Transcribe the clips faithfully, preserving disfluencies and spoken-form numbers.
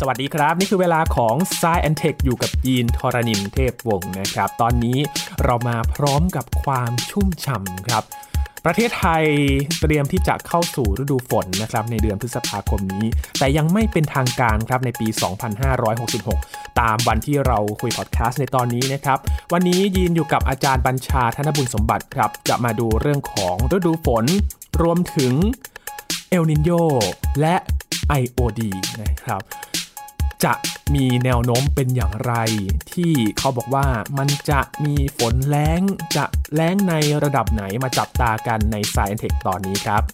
สวัสดีครับนี่คือเวลาของ Science แอนด์ Tech อยู่กับยีนทรณินเทพวงศ์นะครับตอนนี้เรามาพร้อมกับความชุ่มฉ่ำครับประเทศไทยเตรียมที่จะเข้าสู่ฤดูฝนนะครับในเดือนพฤษภาคมนี้แต่ยังไม่เป็นทางการครับในปี สองพันห้าร้อยหกสิบหก ตามวันที่เราคุยพอดแคสต์ในตอนนี้นะครับวันนี้ยีนอยู่กับอาจารย์บัญชาธนบุญสมบัติครับจะมาดูเรื่องของฤดูฝนรวมถึงเอลนิโญและ ไอ โอ ดี นะครับจะมีแนวโน้มเป็นอย่างไรที่เขาบอกว่ามันจะมีฝนแล้งจะแล้งในระดับไหนมาจับตากันใน Science Tech ตอนนี้ครับ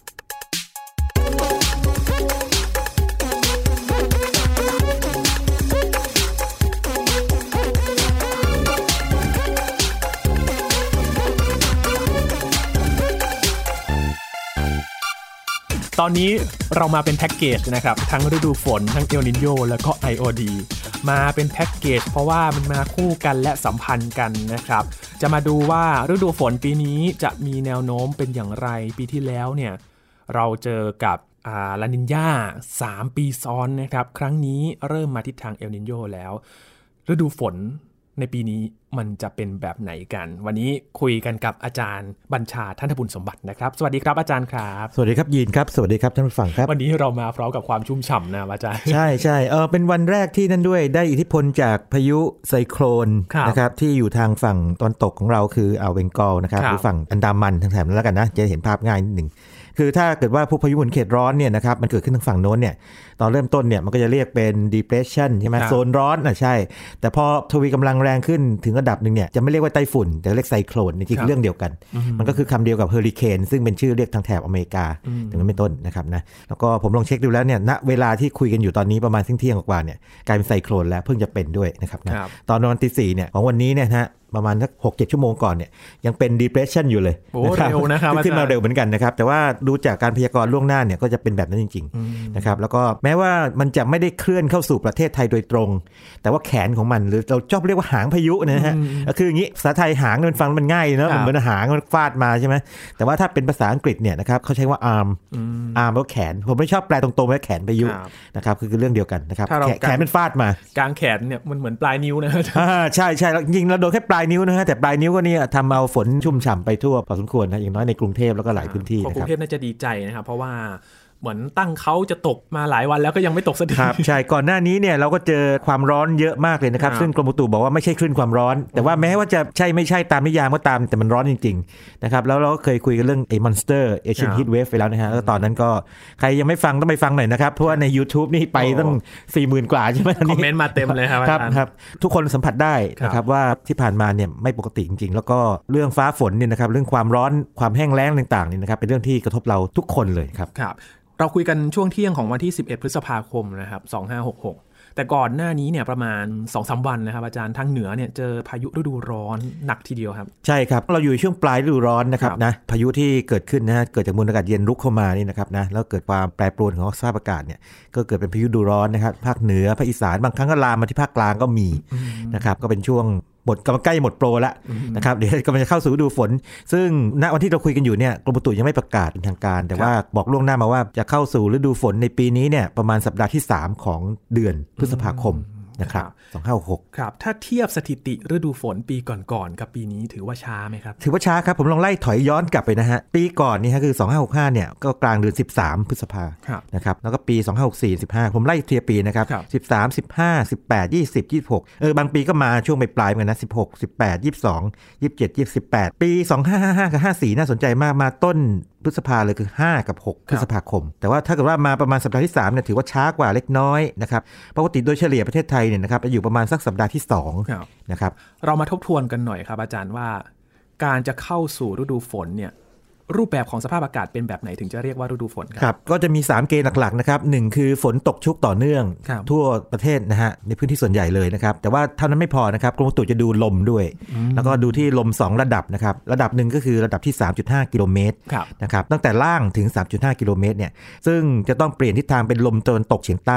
ตอนนี้เรามาเป็นแพ็กเกจนะครับทั้งฤดูฝนทั้งเอลนิโญแล้วก็ ไอ โอ ดี มาเป็นแพ็กเกจเพราะว่ามันมาคู่กันและสัมพันธ์กันนะครับจะมาดูว่าฤดูฝนปีนี้จะมีแนวโน้มเป็นอย่างไรปีที่แล้วเนี่ยเราเจอกับอ่าลานิญญาสามปีซ้อนนะครับครั้งนี้เริ่มมาทิศทางเอลนิโญแล้วฤดูฝนในปีนี้มันจะเป็นแบบไหนกันวันนี้คุยกันกับอาจารย์บัญชาธนบุญสมบัตินะครับสวัสดีครับอาจารย์ครับสวัสดีครับยีนครับสวัสดีครับท่านผู้ฟังครับวันนี้เรามาพร้อมกับความชุ่มฉ่ำนะอาจารย์ใช่ใช่เออเป็นวันแรกที่นั่นด้วยได้อิทธิพลจากพายุไซโคลนนะครับที่อยู่ทางฝั่งตอนตกของเราคืออ่าวเบงกอลนะครับหรือฝั่งอันดามันทางแถบนั้นแล้วกันนะจะเห็นภาพง่ายนิดหนึ่งคือถ้าเกิดว่าพวกพายุหมุนเขตร้อนเนี่ยนะครับมันเกิดขึ้นทางฝั่งโน้นเนี่ยตอนเริ่มต้นเนี่ยมันก็จะเรียกเป็น depression ใช่ไหมโซนร้อนอ่ะใช่แต่พอทวีกำลังแรงขึ้นถึงระดับหนึ่งเนี่ยจะไม่เรียกว่าไต้ฝุ่นแต่เรียกไซโคลนนี่คือเรื่องเดียวกันมันก็คือคำเดียวกับเฮอริเคนซึ่งเป็นชื่อเรียกทางแถบอเมริกาถึงนั้นเป็นต้นนะครับนะแล้วก็ผมลองเช็คดูแล้วเนี่ยณเวลาที่คุยกันอยู่ตอนนี้ประมาณเที่ยงกว่าเนี่ยกลายเป็นไซโคลนแล้วเพิ่งจะเป็นด้วยนะครับนะตอนวันที่สี่เนี่ยของวันนี้เนี่ยนะประมาณสัก หกเจ็ด ชั่วโมงก่อนเนี่ยยังเป็น depression อยู่เลยโอ้เร็วนะครับขึ้นมาเร็วเหมือนกันนะครับแต่ว่าดูจากการพยากรณ์ล่วงหน้าเนี่ยก็จะเป็นแบบนั้นจริงๆนะครับแล้วก็แม้ว่ามันจะไม่ได้เคลื่อนเข้าสู่ประเทศไทยโดยตรงแต่ว่าแขนของมันหรือเราชอบเรียกว่าหางพายุนะฮะก็คืออย่างนี้ภาษาไทยหางมันฟังมันง่ายเนอะมันเหมือนหางมันฟาดมาใช่ไหมแต่ว่าถ้าเป็นภาษาอังกฤษเนี่ยนะครับเขาใช้ว่า arm arm แล้วแขนผมไม่ชอบแปลตรงๆว่าแขนพายุนะครับคือเรื่องเดียวกันนะครับแขนมันฟาดมากลางแขนเนี่ยมันเหมือนปลายนิ้วนะอ่าใช่ใช่จริงๆเราโดนแค่ปลายนิ้วนะฮะแต่ปลายนิ้วก็นี่ทำเอาฝนชุ่มฉ่ำไปทั่วพอสมควรนะอย่างน้อยในกรุงเทพแล้วก็หลายพื้นที่นะครับกรุงเทพน่าจะดีใจนะครับเพราะว่าเหมือนตั้งเขาจะตกมาหลายวันแล้วก็ยังไม่ตกสักทีครับใช่ก่อนหน้านี้เนี่ยเราก็เจอความร้อนเยอะมากเลยนะครับซึ่งกรมอุตุบอกว่าไม่ใช่คลื่นความร้อนแต่ว่าแม้ว่าจะใช่ไม่ใช่ตามนิยามก็ตามแต่มันร้อนจริงๆนะครับแล้วเราก็เคยคุยกันเรื่องไอ้ Monster Asian Heat Wave ไปแล้วนะฮะแล้วตอนนั้นก็ใครยังไม่ฟังต้องไปฟังหน่อยนะครับเพราะว่าใน YouTube นี่ไปตั้ง สี่หมื่น กว่าใช่ไหมคอมเมนต์มาเต็มเลยครับครับครับทุกคนสัมผัสได้นะครับว่าที่ผ่านมาเนี่ยไม่ปกติจริงๆแล้วก็เรื่องฟ้าฝนเนี่ยนะครับเรื่องความร้อนความแห้งแล้งต่างๆนี่นะครับเป็นเรื่องที่กระทบเราทุกคนเลยครับครับเราคุยกันช่วงเที่ยงของวันที่สิบเอ็ดพฤษภาคมนะครับสองพันห้าร้อยหกสิบหกแต่ก่อนหน้านี้เนี่ยประมาณ สองถึงสาม วันนะครับอาจารย์ทางเหนือเนี่ยเจอพายุฤดูร้อนหนักทีเดียวครับใช่ครับเราอยู่ช่วงปลายฤดูร้อนนะครับนะพายุที่เกิดขึ้นนะฮะเกิดจากมวลอากาศเย็นรุกเข้ามานี่นะครับนะแล้วเกิดความแปรปรวนของสภาพอากาศเนี่ยก็เกิดเป็นพายุฤดูร้อนนะครับภาคเหนือภาคอีสานบางครั้งก็ลามมาที่ภาคกลางก็มีนะครับก็เป็นช่วงหมดกำลังใกล้หมดโปรแล้วนะครับเดี๋ยวกำลังจะเข้าสู่ฤดูฝนซึ่งณวันที่เราคุยกันอยู่เนี่ยกรมอุตุยังไม่ประกาศเป็นทางการแต่ว่าบอกล่วงหน้ามาว่าจะเข้าสู่ฤดูฝนในปีนี้เนี่ยประมาณสัปดาห์ที่สามของเดือนพฤษภาคมนะครับสองพันห้าร้อยหกสิบหกครับถ้าเทียบสถิติฤดูฝนปีก่อนๆกับปีนี้ถือว่าช้าไหมครับถือว่าช้าครับผมลองไล่ถอยย้อนกลับไปนะฮะปีก่อนนี่ฮะคือสองพันห้าร้อยหกสิบห้าเนี่ยก็กลางเดือนสิบสามพฤษภาคมนะครับแล้วก็ปีสองพันห้าร้อยหกสิบสี่ สิบห้าผมไล่เทียบปีนะครับสิบสาม สิบห้า สิบแปด ยี่สิบ ยี่สิบหกเออบางปีก็มาช่วงปลายๆเหมือนกันนะสิบหก สิบแปด ยี่สิบสอง ยี่สิบเจ็ด ยี่สิบแปดปีสองพันห้าร้อยห้าสิบห้ากับห้าสิบสี่น่าสนใจมากมาต้นพฤษภาเลยคือห้ากับหกพฤษภาคมแต่ว่าถ้าเกิดว่ามาประมาณสัปดาห์ที่สามเนี่ยถือว่าช้ากว่าเล็กน้อยนะครับปกติโดยเฉลี่ยประเทศไทยเนี่ยนะครับจะอยู่ประมาณสักสัปดาห์ที่สองนะครับเรามาทบทวนกันหน่อยครับอาจารย์ว่าการจะเข้าสู่ฤดูฝนเนี่ยรูปแบบของสภาพอากาศเป็นแบบไหนถึงจะเรียกว่าฤดูฝนครัครับก็จะมีสามเกณฑ์หลักๆนะครับหนึ่งคือฝนตกชุกต่อเนื่องทั่วประเทศนะฮะในพื้นที่ส่วนใหญ่เลยนะครับแต่ว่าเท่านั้นไม่พอนะครับกรมอุตุจะดูลมด้วยแล้วก็ดูที่ลมสองระดับนะครับระดับหนึ่งก็คือระดับที่ สามจุดห้า กิโลเมตรนะครับตั้งแต่ล่างถึง สามจุดห้า กิโลเมตรเนี่ยซึ่งจะต้องเปลี่ยนทิศทางเป็นลมตะวันตกเฉียงใต้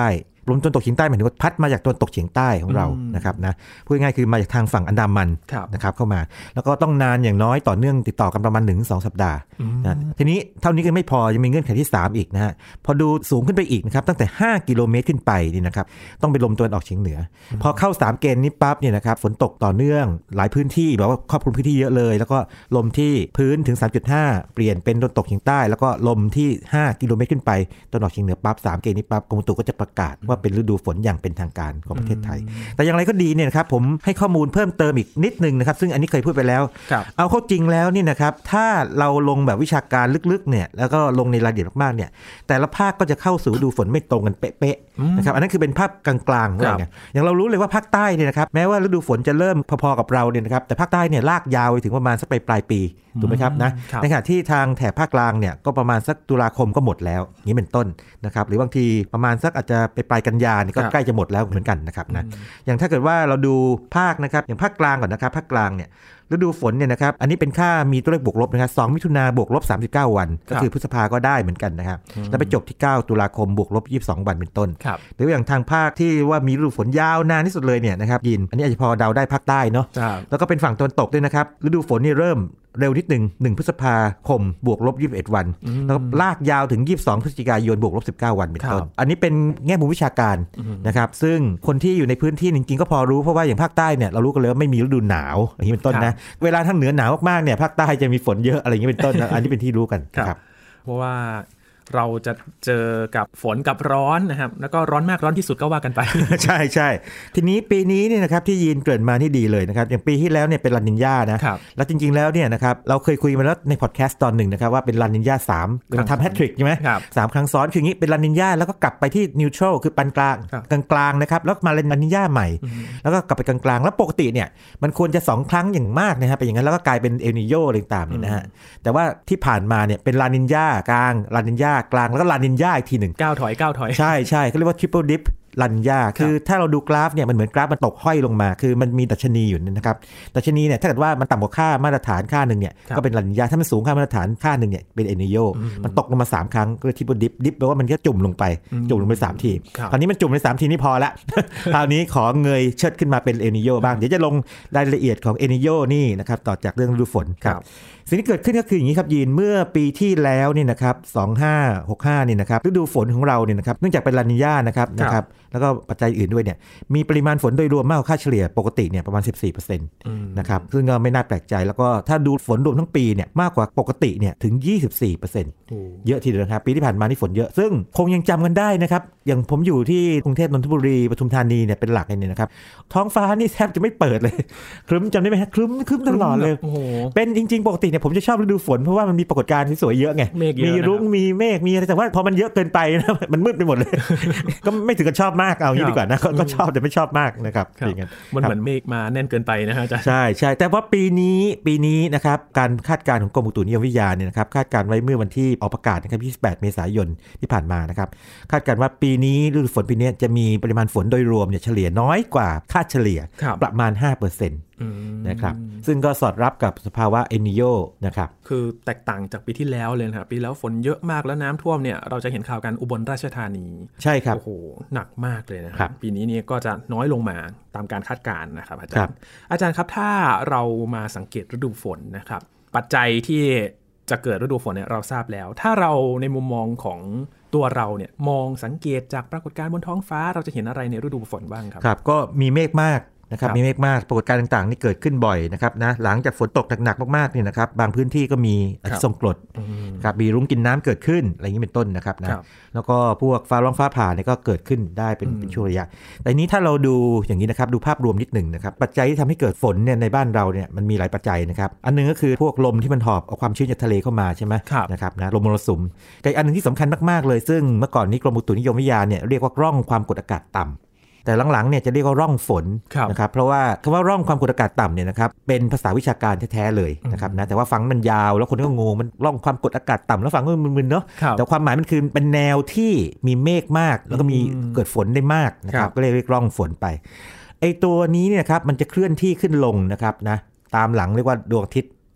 ลมตะวันตกเฉียงใต้หมายถึงว่าพัดมาจากตะวันตกเฉียงใต้ของเรานะครับนะพูดง่ายๆคือมาจากทางฝั่งอันดามันนะครับเข้ามาแล้วก็ต้องนานอย่างน้อยต่อเนื่องติดต่อกันประมาณ หนึ่งถึงสอง สัปดาห์นะทีนี้เท่านี้ก็ไม่พอยังมีเงื่อนไขที่สามอีกนะฮะพอดูสูงขึ้นไปอีกนะครับตั้งแต่ห้ากิโลเมตรขึ้นไปนี่นะครับต้องเป็นลมตะวันออกเฉียงเหนือพอเข้าสามเกณฑ์นี้ปั๊บเนี่ยนะครับฝนตกต่อเนื่องหลายพื้นที่แบบว่าครอบคลุมพื้นที่เยอะเลยแล้วก็ลมที่พื้นถึง สามจุดห้า เปลี่ยนเป็นตะวันตกเฉียงใต้แล้วก็ลมที่ห้ากิโลเมตรขึ้นไปตะวันออกเฉียงเหนือปั๊บสามเกณฑ์นี้ปั๊บกรมอุตุก็จะประกาศว่าเป็นฤดูฝนอย่างเป็นทางการของประเทศไทยแต่อย่างไรก็ดีเนี่ยนะครับผมให้ข้อมูลเพิ่มเติมอีกนิดนึงนะครับซึ่งอันนี้เคยพูดไปแล้วเอาเข้าจริงแล้วนี่นะครับถ้าเราลงแบบวิชาการลึกๆเนี่ยแล้วก็ลงในรายละเอียดมากๆเนี่ยแต่ละภาคก็จะเข้าสู่ฤดูฝนไม่ตรงกันเป๊ะๆนะครับอันนั้นคือเป็นภาพกลางๆว่าไงอย่างเรารู้เลยว่าภาคใต้เนี่ยนะครับแม้ว่าฤดูฝนจะเริ่มพอๆกับเราเนี่ยนะครับแต่ภาคใต้เนี่ยลากยาวไปถึงประมาณสักปลายปีถูกไหมครับนะในขณะที่ทางแถบภาคกลางเนี่ยก็ประมาณสักตุลาคมก็หมดแล้วนี้เป็นต้นนะครับหรือบางทีประมาณสักอาจจะไปปลายกันยานี่ก็ใกล้จะหมดแล้วเหมือนกันนะครับนะอย่างถ้าเกิดว่าเราดูภาคนะครับอย่างภาคกลางก่อนนะครับภาคกลางเนี่ยฤดูฝนเนี่ยนะครับอันนี้เป็นค่ามีตัวเลขบวกลบนะครับสองมิถุนาบวกลบสามสิบเก้าวันก็คือพฤษภาก็ได้เหมือนกันนะครับแล้วไปจบที่เก้าตุลาคมบวกลบยี่สิบสองวันเป็นต้นหรืออย่างทางภาคที่ว่ามีฤดูฝนยาวนานที่สุดเลยเนี่ยนะครับยินอันนี้อาจจะพอเดาได้ภาคใต้เนาะแล้วก็เป็นฝั่งตะวันตกด้วยนะครับฤดูฝนนี่เริ่มเร็วนิดนึงหนึ่งพฤษภาคมบวกลบยี่สิบเอ็ดวันแล้วลากยาวถึงยี่สิบสองพฤศจิกายนบวกลบสิบเก้าวันเป็นต้นอันนี้เป็นแง่มุมวิชาการนะครับซึ่งคนที่อยู่ในพื้นที่จริงๆก็พอรู้เพราะว่าอย่างภาคใต้เนี่ยเรารู้กันเลยว่าไม่มีฤดูหนาวอย่างนี้เป็นต้นนะเวลาทางเหนือหนาวมากๆเนี่ยภาคใต้จะมีฝนเยอะอะไรอย่างนี้เป็นต้นนะอันนี้เป็นที่รู้กันครับเพราะว่าเราจะเจอกับฝนกับร้อนนะครับแล้วก็ร้อนมากร้อนที่สุดก็ว่ากันไปใช่ใช่ทีนี้ปีนี้เนี่ยนะครับที่ยีนเกริ่นมาที่ดีเลยนะครับอย่างปีที่แล้วเนี่ยเป็นลานิญญานะแล้วจริงๆแล้วเนี่ยนะครับเราเคยคุยมาแล้วในพอดแคสต์ตอนหนึ่งนะครับว่าเป็นลานิญญาสามเป็นทำแฮตทริกใช่ไหมสามครั้งซ้อนคืออย่างนี้เป็นลานิญญาแล้วก็กลับไปที่นิวทรัลคือปานกลางกลางๆนะครับแล้วมาเป็นลานิญญาใหม่แล้วก็กลับไปกลางๆแล้วปกติเนี่ยมันควรจะสองครั้งอย่างมากนะครับเป็นอย่างนั้นแล้วก็กลายเป็นเอลนิโญต่างๆเนี่ยนะฮะแต่ว่าที่ผ่านมาเนี่ยเป็นลานิญญากลางลานิญญากลางแล้วก็ลานิญญาอีกทีหนึ่งก้าวถอยก้าวถอยใช่ใช่เขาเรียกว่า triple dip ลานิญญาคือถ้าเราดูกราฟเนี่ยมันเหมือนกราฟมันตกห้อยลงมาคือมันมีดัชนีอยู่นะครับดัชนีเนี่ยถ้าเกิดว่ามันต่ำกว่าค่ามาตรฐานค่าหนึ่งเนี่ยก็เป็นลานิญญาถ้ามันสูงค่ามาตรฐานค่าหนึ่งเนี่ยเป็นเอลนิโญมันตกลงมาสามครั้งก็ triple dip dip แปลว่ามันก็จุ่มลงไปจุ่มลงไปสามทีคราวนี้มันจุ่มไปสามทีนี่พอละคราวนี้ขอเงยเชิดขึ้นมาเป็นเอลนิโญบ้างเดี๋ยวจะลงรายละเอียดของเอลนิโญนี่นะครับต่อจากเรื่องฤดูฝนครับสิ่งที่เกิดขึ้นก็คืออย่างนี้ครับยีนเมื่อปีที่แล้วนี่นะครับสองพันห้าร้อยหกสิบห้านี่นะครับฤดูฝนของเราเนี่ยนะครับเนื่องจากเป็นลานิญญานะครับนะครับแล้วก็ปัจจัยอื่นด้วยเนี่ยมีปริมาณฝนโดยรวมมากกว่าค่าเฉลี่ยปกติเนี่ยประมาณ สิบสี่เปอร์เซ็นต์ นะครับซึ่งก็ไม่น่าแปลกใจแล้วก็ถ้าดูฝนรวมทั้งปีเนี่ยมากกว่าปกติเนี่ยถึงยี่สิบสี่เปอร์เซ็นต์เยอะทีเดียวครับปีที่ผ่านมานี่ฝนเยอะซึ่งคงยังจำกันได้นะครับอย่างผมอยู่ที่กรุงเทพนนทบุรีปทุมธานีเนี่ยเป็นหลักเนี่ยนะครับท้องฟ้านี่แทบจะไม่เปิดเลยครึ้มจำได้ไหมฮะครึ้มครึ้มตลอดเลยเป็นจริงๆปกติเนี่ยผมจะชอบฤดูฝนเพราะว่ามันมีปรากฏการณ์สวยๆเยอะไงมีรุ้งมีเมฆมีอะไรแต่ว่าพอมันเยอะเกินไปนะมันมืดไปหมดเลยก็ไม่ถึงกับชอบมากเอางี้ดีกว่านะก็ชอบแต่ไม่ชอบมากนะครับอย่างนั้นมันเหมือนเมฆมาแน่นเกินไปนะฮะอาจารย์ใช่ใช่แต่ว่าปีนี้ปีนี้นะครับการคาดการณ์ของกรมอุตุนิยมวิทยาเนี่ยนะครับคาดการณ์ไว้เมื่อวันที่ออกประกาศนะครับยี่สิบแปดเมษายนที่ผ่านมานะครับคาดการณ์ว่าปีนี้ฤดูฝนปีนี้จะมีปริมาณฝนโดยรวมเนี่ยเฉลี่ยน้อยกว่าค่าเฉลี่ยประมาณ ห้าเปอร์เซ็นต์ นะครับซึ่งก็สอดรับกับสภาวะเอลนิโญนะครับคือแตกต่างจากปีที่แล้วเลยครับปีแล้วฝนเยอะมากแล้วน้ำท่วมเนี่ยเราจะเห็นข่าวการอุบลราชธานีใช่ครับโอ้โหหนักมากเลยนะครับปีนี้เนี่ยก็จะน้อยลงมาตามการคาดการณ์นะครับอาจารย์อาจารย์ครับถ้าเรามาสังเกตฤดูฝนนะครับปัจจัยที่จะเกิดฤดูฝนเนี่ยเราทราบแล้วถ้าเราในมุมมองของตัวเราเนี่ยมองสังเกตจากปรากฏการณ์บนท้องฟ้าเราจะเห็นอะไรในฤดูฝนบ้างครับครับก็มีเมฆมากนะครับมีเมฆมากปรากฏการณ์ต่างๆนี่เกิดขึ้นบ่อยนะครับนะหลังจากฝนตกหนักๆมากๆนี่นะครับบางพื้นที่ก็มีอาทิตย์ทรงกรดครับมีรุ้งกินน้ำเกิดขึ้นอะไรอย่างนี้เป็นต้นนะครับนะแล้วก็พวกฟ้าร้องฟ้าผ่าเนี่ยก็เกิดขึ้นได้เป็นเป็นช่วงระยะแต่นี้ถ้าเราดูอย่างนี้นะครับดูภาพรวมนิดหนึ่งนะครับปัจจัยที่ทำให้เกิดฝนเนี่ยในบ้านเราเนี่ยมันมีหลายปัจจัยนะครับอันนึงก็คือพวกลมที่มันหอบเอาความชื้นจากทะเลเข้ามาใช่ไหมนะครับนะลมมรสุมแต่อันนึงที่สำคัญมากๆเลยซึ่งเมื่อก่อนนี้กรมอุตุนิยมวิทยาเนี่ยเรียกว่าร่องความกดอากาศต่ำแต่หลังๆเนี่ยจะเรียกว่าร่องฝนนะครับเพราะว่าคำว่าร่องความกดอากาศต่ำเนี่ยนะครับเป็นภาษาวิชาการแท้ๆเลยนะครับนะแต่ว่าฟังมันยาวแล้วคนก็งงมันร่องความกดอากาศต่ำแล้วฟังก็มึนๆเนาะแต่ความหมายมันคือเป็นแนวที่มีเมฆมากแล้วก็มีเกิดฝนได้มากนะครับก็เรียกร่องฝนไปไอ้ตัวนี้เนี่ยครับมันจะเคลื่อนที่ขึ้นลงนะครับนะตามหลังเรียกว่าดวงอาทิตย์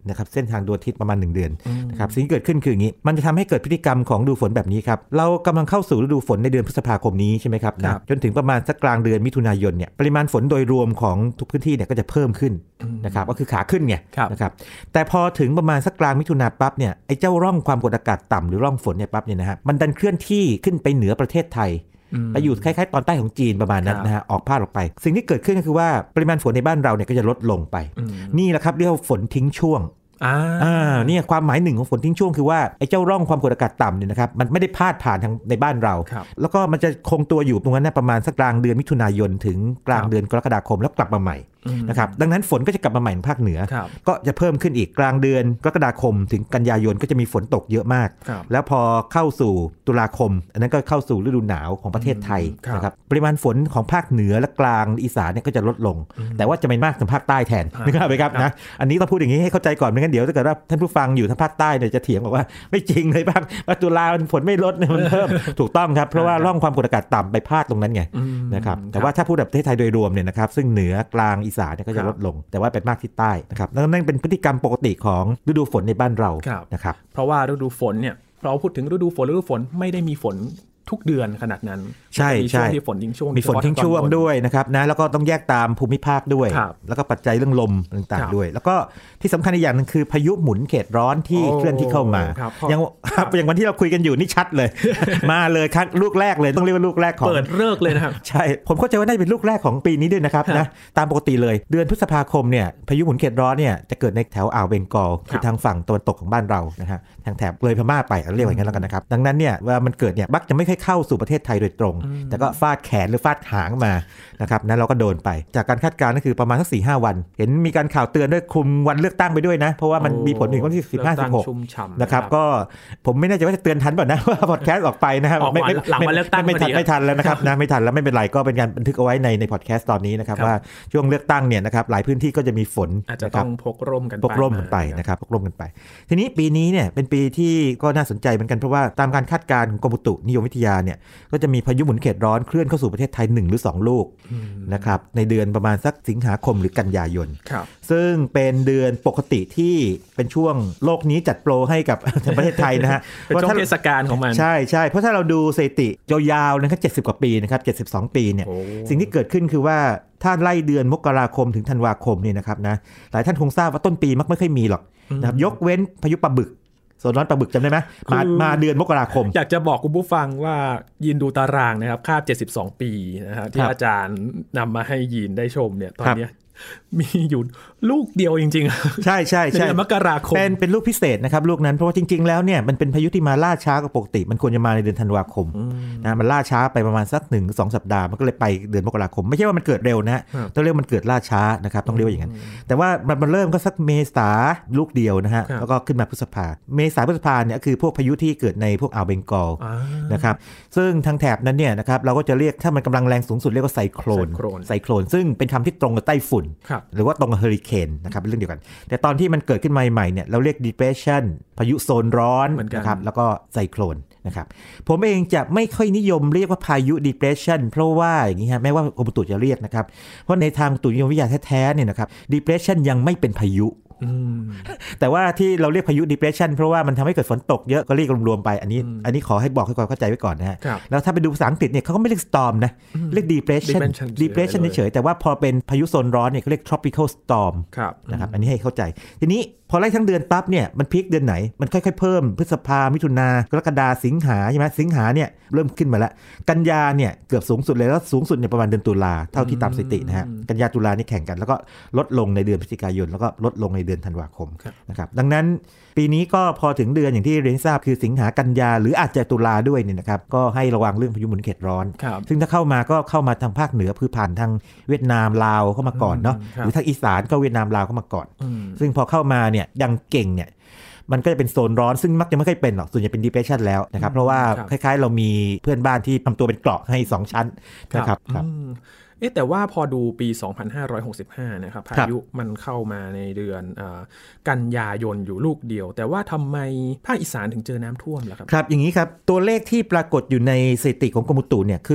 นะครับเส้นทางดวงอาทิตย์ประมาณหนึ่งเดือนนะครับสิ่งที่เกิดขึ้นคืออย่างนี้มันจะทำให้เกิดพฤติกรรมของฤดูฝนแบบนี้ครับเรากำลังเข้าสู่ฤดูฝนในเดือนพฤษภาคมนี้ใช่ไหมครับนะจนถึงประมาณสักกลางเดือนมิถุนายนเนี่ยปริมาณฝนโดยรวมของทุกพื้นที่เนี่ยก็จะเพิ่มขึ้นนะครับก็คือขาขึ้นไงนะครับแต่พอถึงประมาณสักกลางมิถุนาปั๊บเนี่ยไอ้เจ้าร่องความกดอากาศต่ำหรือร่องฝนเนี่ยปั๊บเนี่ยนะฮะมันดันเคลื่อนที่ขึ้นไปเหนือประเทศไทยไปอยู่คล้ายๆตอนใต้ของจีนประมาณนั้นนะฮะออกพาดออกไปสิ่งที่เกิดขึ้นก็คือว่าปริมาณฝนในบ้านเราเนี่ยก็จะลดลงไปนี่แหละครับเรียกว่าฝนทิ้งช่วงอ่าอ่าเนี่ยความหมายหนึ่งของฝนทิ้งช่วงคือว่าไอ้เจ้าร่องความกดอากาศต่ำเนี่ยนะครับมันไม่ได้พาดผ่านทางในบ้านเราแล้วก็มันจะคงตัวอยู่ตรงนั้นประมาณสักกลางเดือนมิถุนายนถึงกลางเดือนกรกฎาคมแล้วกลับมาใหม่นะครับดังนั้นฝนก็จะกลับมาใหม่ในภาคเหนือก็จะเพิ่มขึ้นอีกกลางเดือนกรกฎาคมถึงกันยายนก็จะมีฝนตกเยอะมากแล้วพอเข้าสู่ตุลาคมอันนั้นก็เข้าสู่ฤดูหนาวของประเทศไทยนะครับปริมาณฝนของภาคเหนือและกลางอีสานเนี่ยก็จะลดลงแต่ว่าจะไม่มากทางภาคใต้แทนนะครับครับนะอันนี้ต้องพูดอย่างนี้ให้เข้าใจก่อนไม่งั้นเดี๋ยวถ้าเกิดว่าท่านผู้ฟังอยู่ทางภาคใต้เนี่ยจะเถียงบอกว่าไม่จริงเลยบ้างว่าตุลาฝนไม่ลดเนี่ยมันเพิ่มถูกต้องครับเพราะว่าร่องความกดอากาศต่ำไปพาดตรงนั้นไงนะครับแต่ว่าถ้าพูดแบบประเทศไทยโดยรวมเนี่ยนะครับซึ่งเหนือกลางอีสานเนี่ยก็จะลดลงแต่ว่าเป็นมากที่ใต้นะครับนั่นเป็นพฤติกรรมปกติของฤดูฝนในบ้านเรานะครับเพราะว่าฤดูฝนเนี่ยเราพูดถึงฤดูฝนฤดูฝนไม่ได้มีฝนทุกเดือนขนาดนั้นใช่ใช่มีฝนทิ้งช่วงมีฝนทิ้งช่วงด้วยนะครับนะแล้วก็ต้องแยกตามภูมิภาคด้วยแล้วก็ปัจจัยเรื่องลมต่างๆด้วยแล้วก็ที่สำคัญอีกอย่างนึงคือพายุหมุนเขตร้อนที่เคลื่อนที่เข้ามาอย่างอย่างวันที่เราคุยกันอยู่นี่ชัดเลย มาเลยครั้งลูกแรกเลยต้องเรียกว่าลูกแรกของเปิดเลิกเลยนะครับใช่ผมเข้าใจว่าน่าจะเป็นลูกแรกของปีนี้ด้วยนะครับนะตามปกติเลยเดือนพฤษภาคมเนี่ยพายุหมุนเขตร้อนเนี่ยจะเกิดในแถวอ่าวเบงกอลคือทางฝั่งตะวันตกของบ้านเรานะฮะทางแถบเลยพม่าไปเรียกอย่างนั้นแล้วกันนะครับดังนั้นเนี่ยเวลามันเกิดเนี่ยมักจะไม่ค่อยเข้าสู่ประเทศไทยโดยตรงแต่ก็ฟาดแขนหรือฟาดหางมานะครับนั้นเราก็โดนไปจากการคาดการณ์ก็คือประมาณสัก สี่ห้า วันเห็นมีการข่าวเตือนด้วยคุมวันเลือกตั้งไปด้วยนะเพราะว่ามันมีผลถึงวันที่สิบห้า สิบหกนะครับก็ผมไม่แน่ใจว่าจะเตือนทันป่ะนะว่าพอดแคสต์ออกไปนะครับไม่ไม่หลังวันเลือกตั้งไม่ทันไม่ทันแล้วนะครับนะไม่ทันแล้วไม่เป็นไรก็เป็นการบันทึกเอาไว้ในในพอดแคสต์ตอนนี้นะครับว่าช่วงเลือกตั้งเนี่ยนะครับหลายพื้นที่ก็จะมีฝนอาจจะต้องพกร่มกันไปพกร่มกันไปนะครับพกร่มกันไปทีนี้ปีนี้เนี่ยเป็นปีที่ก็น่าสนใจเหมือนกันเพราะว่าตามการคาดการณ์ของกรมอุตุนิยมวิทยาเนี่ยก็จะมีพายุหมุนเขตร้อนเคลื่อนเข้าสู่ประเทศไทยหนึ่งหรือสองลูกนะครับในเดือนประมาณสักสิงหาคมหรือกันยายนซึ่งเป็นเดือนปกติที่เป็นช่วงโลกนี้จัดโปรให้กับประเทศไทยนะฮะเป็นช่วงเทศกาลของมันใช่ใช่เพราะถ้าเราดูสถิติยาวๆนะครับเจ็ดสิบกว่าปีนะครับเจ็ดสิบสองปีเนี่ยสิ่งที่เกิดขึ้นคือว่าถ้าไล่เดือนมกราคมถึงธันวาคมเนี่ยนะครับนะหลายท่านคงทราบว่าต้นปีมักไม่ค่อยมีหรอกนะครับยกเว้นพายุปลาบึกโซนร้อนปลาบึกจำได้ไหมมามาเดือนมกราคมอยากจะบอกคุณผู้ฟังว่ายินดูตารางนะครับคาบเจ็ดสิบสองปีนะฮะที่อาจารย์นำมาให้ยินได้ชมเนี่ยตอนนี้มีอยู่ลูกเดียวจริงๆใช่ใช่ใช่มกราคมเป็นเป็นลูกพิเศษนะครับลูกนั้นเพราะว่าจริงๆแล้วเนี่ยมันเป็นพายุที่มาล่าช้ากว่าปกติมันควรจะมาในเดือนธันวาคมนะมันล่าช้าไปประมาณสักหนึ่งสองสัปดาห์มันก็เลยไปเดือนมกราคมไม่ใช่ว่ามันเกิดเร็วนะต้องเรียกมันเกิดล่าช้านะครับต้องเรียกว่าอย่างนั้นแต่ว่ามันเริ่มก็สักเมษาลูกเดียวนะฮะแล้วก็ขึ้นมาพฤษภาเมษาพฤษภาเนี่ยคือพวกพายุที่เกิดในพวกอ่าวเบงกอลนะครับซึ่งทางแถบนั้นเนี่ยนะครับเราก็จะเรียกถ้ามันกำลังแรงสูงสุดเรียกว่าไซโคลนไซโคลนซึ่งเป็นคำที่ตรงกับไต้ฝุ่นหรือว่าตรงกับเฮอริเคนนะครับเป็นเรื่องเดียวกันแต่ตอนที่มันเกิดขึ้นมาใหม่ๆเนี่ยเราเรียก depression พายุโซนร้อนนะครับแล้วก็ไซโคลนนะครับผมเองจะไม่ค่อยนิยมเรียกว่าพายุ depression เพราะว่าอย่างนี้ฮะแม้ว่ากรมอุตุจะเรียกนะครับเพราะในทางอุตุนิยมวิทยาแท้ๆเนี่ยนะครับ depression ยังไม่เป็นพายุแต่ว่าที่เราเรียกพายุ depression เพราะว่ามันทำให้เกิดฝนตกเยอะก็เรียกรวมๆไปอันนี้อันนี้ขอให้บอกให้ความเข้าใจไว้ก่อนนะฮะแล้วถ้าไปดูภาษาอังกฤษเนี่ยเขาก็ไม่เรียก storm นะเรียก depression depression เฉยๆแต่ว่าพอเป็นพายุโซนร้อนเนี่ยเขาเรียก tropical storm นะครับอันนี้ให้เข้าใจทีนี้พอไล่ทั้งเดือนปั๊บเนี่ยมันพีคเดือนไหนมันค่อยๆเพิ่มพฤษภามิถุนากรกฎาสิงหาใช่ไหมสิงหาเนี่ยเริ่มขึ้นมาแล้วกันยาเนี่ยเกือบสูงสุดเลยแล้วสูงสุดเนี่ยประมาณเดือนตุลาเท่าที่ตามสถิตินะฮะกันยาตุลานี่แข่งกันแล้วก็ลดลงในเดือนพฤศจิกายนแล้วก็ลดลงในเดือนธันวาคมนะครับดังนั้นปีนี้ก็พอถึงเดือนอย่างที่เรียนทราบคือสิงหากันยาหรืออาจจะตุลาด้วยเนี่ยนะครับก็ให้ระวังเรื่องพายุหมุนเขตร้อนซึ่งถ้าเข้ามาก็เข้ามาทางภาคเหนือคือผ่านทางเวียดนามลาวเข้ามาก่อนเนาะหรือทางอีสานก็เวียดนามลาวเข้ามาก่อนซึ่งพอเข้ามาเนี่ยยังเก่งเนี่ยมันก็จะเป็นโซนร้อนซึ่งมักจะไม่ค่อยเป็นหรอกส่วนใหญ่เป็น depression แล้วนะครับเพราะว่าคล้ายๆเรามีเพื่อนบ้านที่ทำตัวเป็นเกราะให้สองชั้นนะครับครับเอ๊ะแต่ว่าพอดูปีสองพันห้าร้อยหกสิบห้านะครับพายุมันเข้ามาในเดือนกันยายนอยู่ลูกเดียวแต่ว่าทำไมภาคอีสานถึงเจอน้ำท่วมล่ะครับครับอย่างนี้ครับตัวเลขที่ปรากฏอยู่ในสถิติของกรมอุตุเนี่ยคือ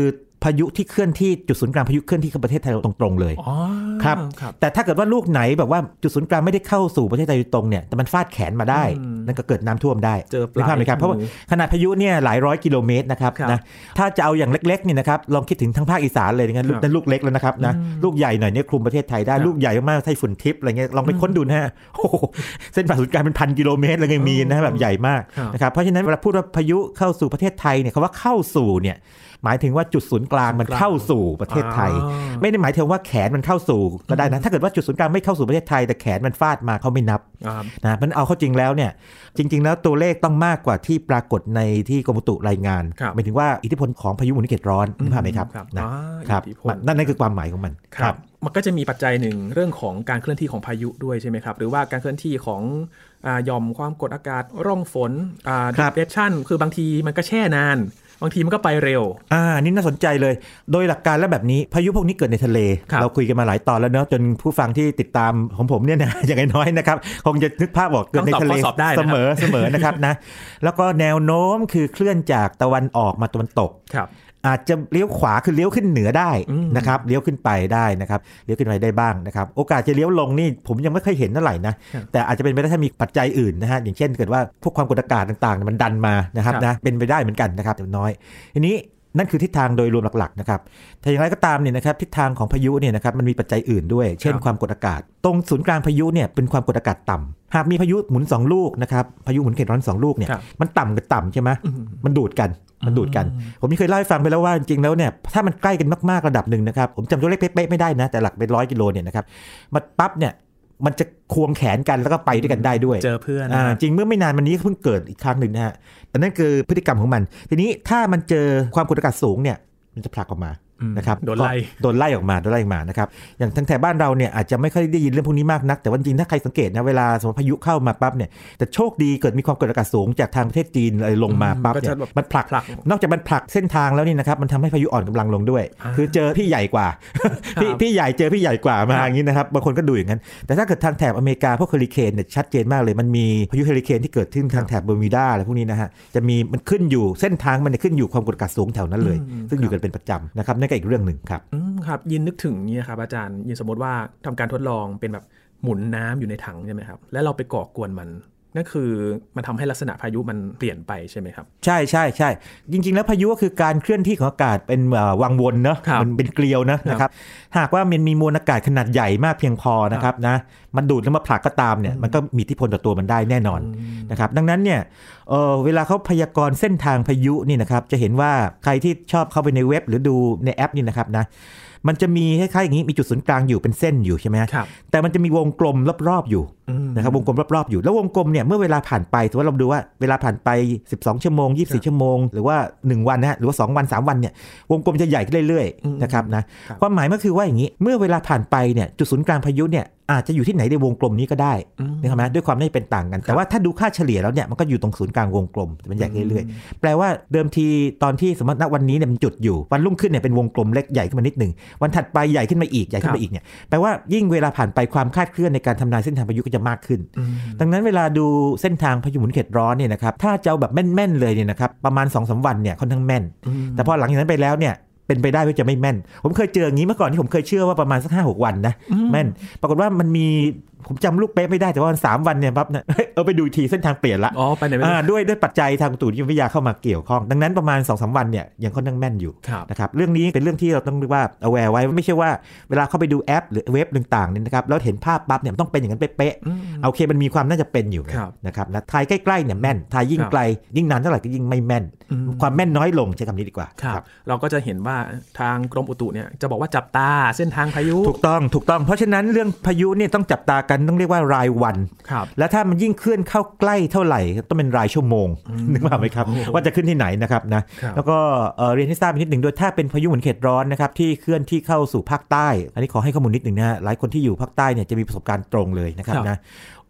พายุที่เคลื่อนที่จุดศูนย์กลางพายุเคลื่อนที่เข้าประเทศไทยตรงๆเลยครับแต่ถ้าเกิดว่าลูกไหนแบบว่าจุดศูนย์กลางไม่ได้เข้าสู่ประเทศไทยตรงเนี่ยแต่มันฟาดแขนมาได้นั่นก็เกิดน้ำท่วมได้เจอปลายไหมครับเพราะว่าขนาดพายุเนี่ยหลายร้อยกิโลเมตรนะครับนะถ้าจะเอาอย่างเล็กๆเนี่ยนะครับลองคิดถึงทั้งภาคอีสานเลยนะนั่นลูกเล็กแล้วนะครับนะลูกใหญ่หน่อยเนี่ยคลุมประเทศไทยได้ลูกใหญ่มากไต้ฝุ่นทิพย์อะไรเงี้ยลองไปค้นดูนะฮะโอ้เส้นผ่าศูนย์กลางเป็นพันกิโลเมตรเลยมีนะแบบใหญ่มากนะครับเพราะฉะนั้นเวลาพูดว่าพายุเข้าสู่ประเทศไทยเนี่ยคำว่าเข้าสู่เนี่ยหมายถึงว่าจุดศูนย์กลางมันเข้าสู่ประเทศไทยไม่ได้หมายถึงว่าแขนมันเข้าสู่ก็ได้นะถ้าเกิดว่าจุดศูนย์กลางไม่เข้าสู่ประเทศไทยแต่แขนมันฟาดมาเขาไม่นับนะมันเอาเข้าจริงแล้วเนี่ยจริงๆแล้วตัวเลขต้องมากกว่าที่ปรากฏในที่กรมอุตุรายงานหมายถึงว่าอิทธิพลของพายุหมุนเขตร้อนนึกภาพไหมครับนะครับนั่นนั่นคือความหมายของมันครับมันก็จะมีปัจจัยหนึ่งเรื่องของการเคลื่อนที่ของพายุด้วยใช่ไหมครับหรือว่าการเคลื่อนที่ของหย่อมความกดอากาศร่องฝนดิเพรสชันคือบางทีมันก็แช่นานบางทีมันก็ไปเร็วอ่านี่น่าสนใจเลยโดยหลักการแล้วแบบนี้พายุพวกนี้เกิดในทะเลเราคุยกันมาหลายตอนแล้วเนอะจนผู้ฟังที่ติดตามของผมเนี่ยนะอย่างน้อยนะครับคงจะนึกภาพออกเกิดในทะเลเสมอเสมอนะครับนะแล้วก็แนวโน้มคือเคลื่อนจากตะวันออกมาตะวันตกอาจจะเลี้ยวขวาคือเลี้ยวขึ้นเหนือได้นะครับเลี้ยวขึ้นไปได้นะครับเลี้ยวขึ้นไปได้บ้างนะครับโอกาสจะเลี้ยวลงนี่ผมยังไม่เคยเห็นเท่าไหร่นะแต่อาจจะเป็นไปได้ถ้ามีปัจจัยอื่นนะฮะอย่างเช่นเกิดว่าพวกความกดอากาศต่างๆมันดันมานะครับนะเป็นไปได้เหมือนกันนะครับแต่น้อยทีนี้นั่นคือทิศทางโดยรวมหลักๆนะครับแต่อย่างไรก็ตามเนี่ยนะครับทิศทางของพายุเนี่ยนะครับมันมีปัจจัยอื่นด้วยเช่นความกดอากาศตรงศูนย์กลางพายุเนี่ยเป็นความกดอากาศต่ำหากมีพายุหมุนสองลูกนะครับพายุหมุนเขตร้อนสองลูกเนี่ยมันต่ำกับต่ำใช่ไหมมันดูดกันมันดูดกันผมเคยเล่าให้ฟังไปแล้วว่าจริงๆแล้วเนี่ยถ้ามันใกล้กันมากๆระดับหนึ่งนะครับผมจำตัวเลขเป๊ะๆไม่ได้นะแต่หลักเป็นร้อยกิโลเนี่ยนะครับมันปั๊บเนี่ยมันจะควงแขนกันแล้วก็ไปด้วยกันได้ด้วยเจอเพื่อนอ่าจริงเมื่อไม่นานมานี้เพิ่งเกิดอีกครั้งหนึ่งนะฮะแต่นั่นคือพฤติกรรมของมันทีนี้ถ้ามันเจอความกดอากาศสูงเนี่ยมันจะผลักออกมานะครับโดนไล่โดนไล่ออกมาโดนไล่ออกมานะครับอย่างทางแถบบ้านเราเนี่ยอาจจะไม่ค่อยได้ยินเรื่องพวกนี้มากนักแต่ว่าจริงถ้าใครสังเกตนะเวลาสมมติพายุเข้ามาปั๊บเนี่ยแต่โชคดีเกิดมีความกดอากาศสูงจากทางประเทศจีนอะไรลงมาปั๊บเนี่ยมันผลักนอกจากมันผลักเส้นทางแล้วนี่นะครับมันทำให้พายุอ่อนกำลังลงด้วยคือเจอพี่ใหญ่กว่าพี่พี่ใหญ่เจอพี่ใหญ่กว่ามาอย่างนี้นะครับบางคนก็ดูอย่างนั้นแต่ถ้าเกิดทางแถบอเมริกาพวกเฮอริเคนเนี่ยชัดเจนมากเลยมันมีพายุเฮอริเคนที่เกิดขึ้นทางแถบเบอร์มิวดาอะไรพวกนี้นะฮะจะมีมันขึ้นอยู่เส้นทางมันขึ้นอยู่ความกดอากาศสูงแถวนั้นเลยซึ่งอยู่กันเป็นประจำนะครับนั่นก็อีกเรื่องนึงครับครับยินนึกถึงนี่ครับอาจารย์ยินสมมติว่าทำการทดลองเป็นแบบหมุนน้ำอยู่ในถังใช่ไหมครับแล้วเราไปก่อกวนมันนั่นคือมันทำให้ลักษณะพายุมันเปลี่ยนไปใช่ไหมครับใช่ใช่ใช่จริงๆแล้วพายุก็คือการเคลื่อนที่ของอากาศเป็นวังวนเนาะมันเป็นเกลียวนะนะครับหากว่ามันมีมวลอากาศขนาดใหญ่มากเพียงพอนะครับนะมันดูดแล้วมาผลักก็ตามเนี่ยมันก็มีอิทธิพลต่อตัวมันได้แน่นอนนะครับดังนั้นเนี่ย เ, เวลาเขาพยากรณ์เส้นทางพายุนี่นะครับจะเห็นว่าใครที่ชอบเข้าไปในเว็บหรือดูในแอปนี่นะครับนะมันจะมีคล้ายๆอย่างนี้มีจุดศูนย์กลางอยู่เป็นเส้นอยู่ใช่ไหมครับแต่มันจะมีวงกลมรอบๆอยู่นะครับวงกลมรอบๆอยู่แล้ววงกลมเนี่ยเมื่อเวลาผ่านไปถือว่าเราดูว่าเวลาผ่านไปสิบสองชั่วโมงยี่สิบสี่ชั่วโมงหรือว่าหนึ่งวันนะฮะหรือว่าสองวันสามวันเนี่ยวงกลมจะใหญ่ขึ้นเรื่อยๆนะครับนะความหมายก็คือว่าอย่างนี้เมื่อเวลาผ่านไปเนี่ยจุดศูนย์กลางพายุเนี่ยอาจจะอยู่ที่ไหนในวงกลมนี้ก็ได้นะครับนะด้วยความไม่เป็นต่างกันแต่ว่าถ้าดูค่าเฉลี่ยแล้วเนี่ยมันก็อยู่ตรงศูนย์กลางวงกลมมันใหญ่เรื่อยๆแปลว่าเดิมทีตอนที่สมมติณวันนี้เนี่ยมันจุดอยู่วันรุ่งขึ้นเนี่ยเป็นวงกลมเล็กใหญ่ขึ้นมานิดนึงวันถัดไปใหญ่ขึ้นมาอีกใหญ่ขึ้นมาอีกเนี่ยแปลว่ายิ่งเวลาผ่านไปความคาดเคลื่อนในการทำนายเส้นทางพายุก็จะมากขึ้นดังนั้นเวลาดูเส้นทางพายุหมุนเขตร้อนเนี่ยนะครับถ้าจะเอาแบบแม่นๆเลยเนี่ยนะครับประมาณ สองถึงสาม วันเนี่ยค่อนข้างแม่นแต่พอหลังจากนั้นไปแล้วเนี่ยเป็นไปได้ว่าจะไม่แม่นผมเคยเจออย่างนี้เมื่อก่อนที่ผมเคยเชื่อว่าประมาณสัก ห้าหก วันนะแม่นปรากฏว่ามันมีผมจำลูกเป๊ะไม่ได้แต่ว่าสามวันเนี่ยปั๊บเนี่ยเออไปดูทีเส้นทางเปลี่ยนละอ๋อไปไหนไม่ได้ด้วยด้วยปัจจัยทางอุตุนิยมวิทยาเข้ามาเกี่ยวข้องดังนั้นประมาณ สองถึงสาม วันเนี่ยยังค่อนข้างแม่นอยู่นะครับเรื่องนี้เป็นเรื่องที่เราต้องเรียกว่า aware ไว้ไม่ใช่ว่าเวลาเข้าไปดูแอปหรือเว็บต่างๆเนี่ยนะครับแล้วเห็นภาพปั๊บเนี่ยต้องเป็นอย่างนั้นเป๊ะๆโอเคมันมีความน่าจะเป็นอยู่นะครับนะทายใกล้ๆเนี่ยแม่นทายยิ่งไกลยิ่งนานเท่าไหร่ก็ยิ่งไม่แม่นความแม่นน้อยลงใช้คำนี้ดีกว่าครับเราก็จะเห็นว่าทางกรมอุตุเนี่ยจะบอกว่าจับตาเส้นทางพายุถูกต้องถูกต้องเพราะฉะนั้นเรื่องพายุเนี่ยต้องจับตากันต้องเรียกว่ารายวันแล้วถ้ามันยิ่งเคลื่อนเข้าใกล้เท่าไหร่ต้องเป็นรายชั่วโมงนึกว่าไหมครับว่าจะขึ้นที่ไหนนะครับนะแล้วก็เรียนให้ทราบนิดหนึ่งด้วยถ้าเป็นพายุหมุนเขตร้อนนะครับที่เคลื่อนที่เข้าสู่ภาคใต้อันนี้ขอให้ข้อมูลนิดหนึ่งนะหลายคนที่อยู่ภาคใต้เนี่ยจะมีประสบการณ์ตรงเลยนะครับนะโ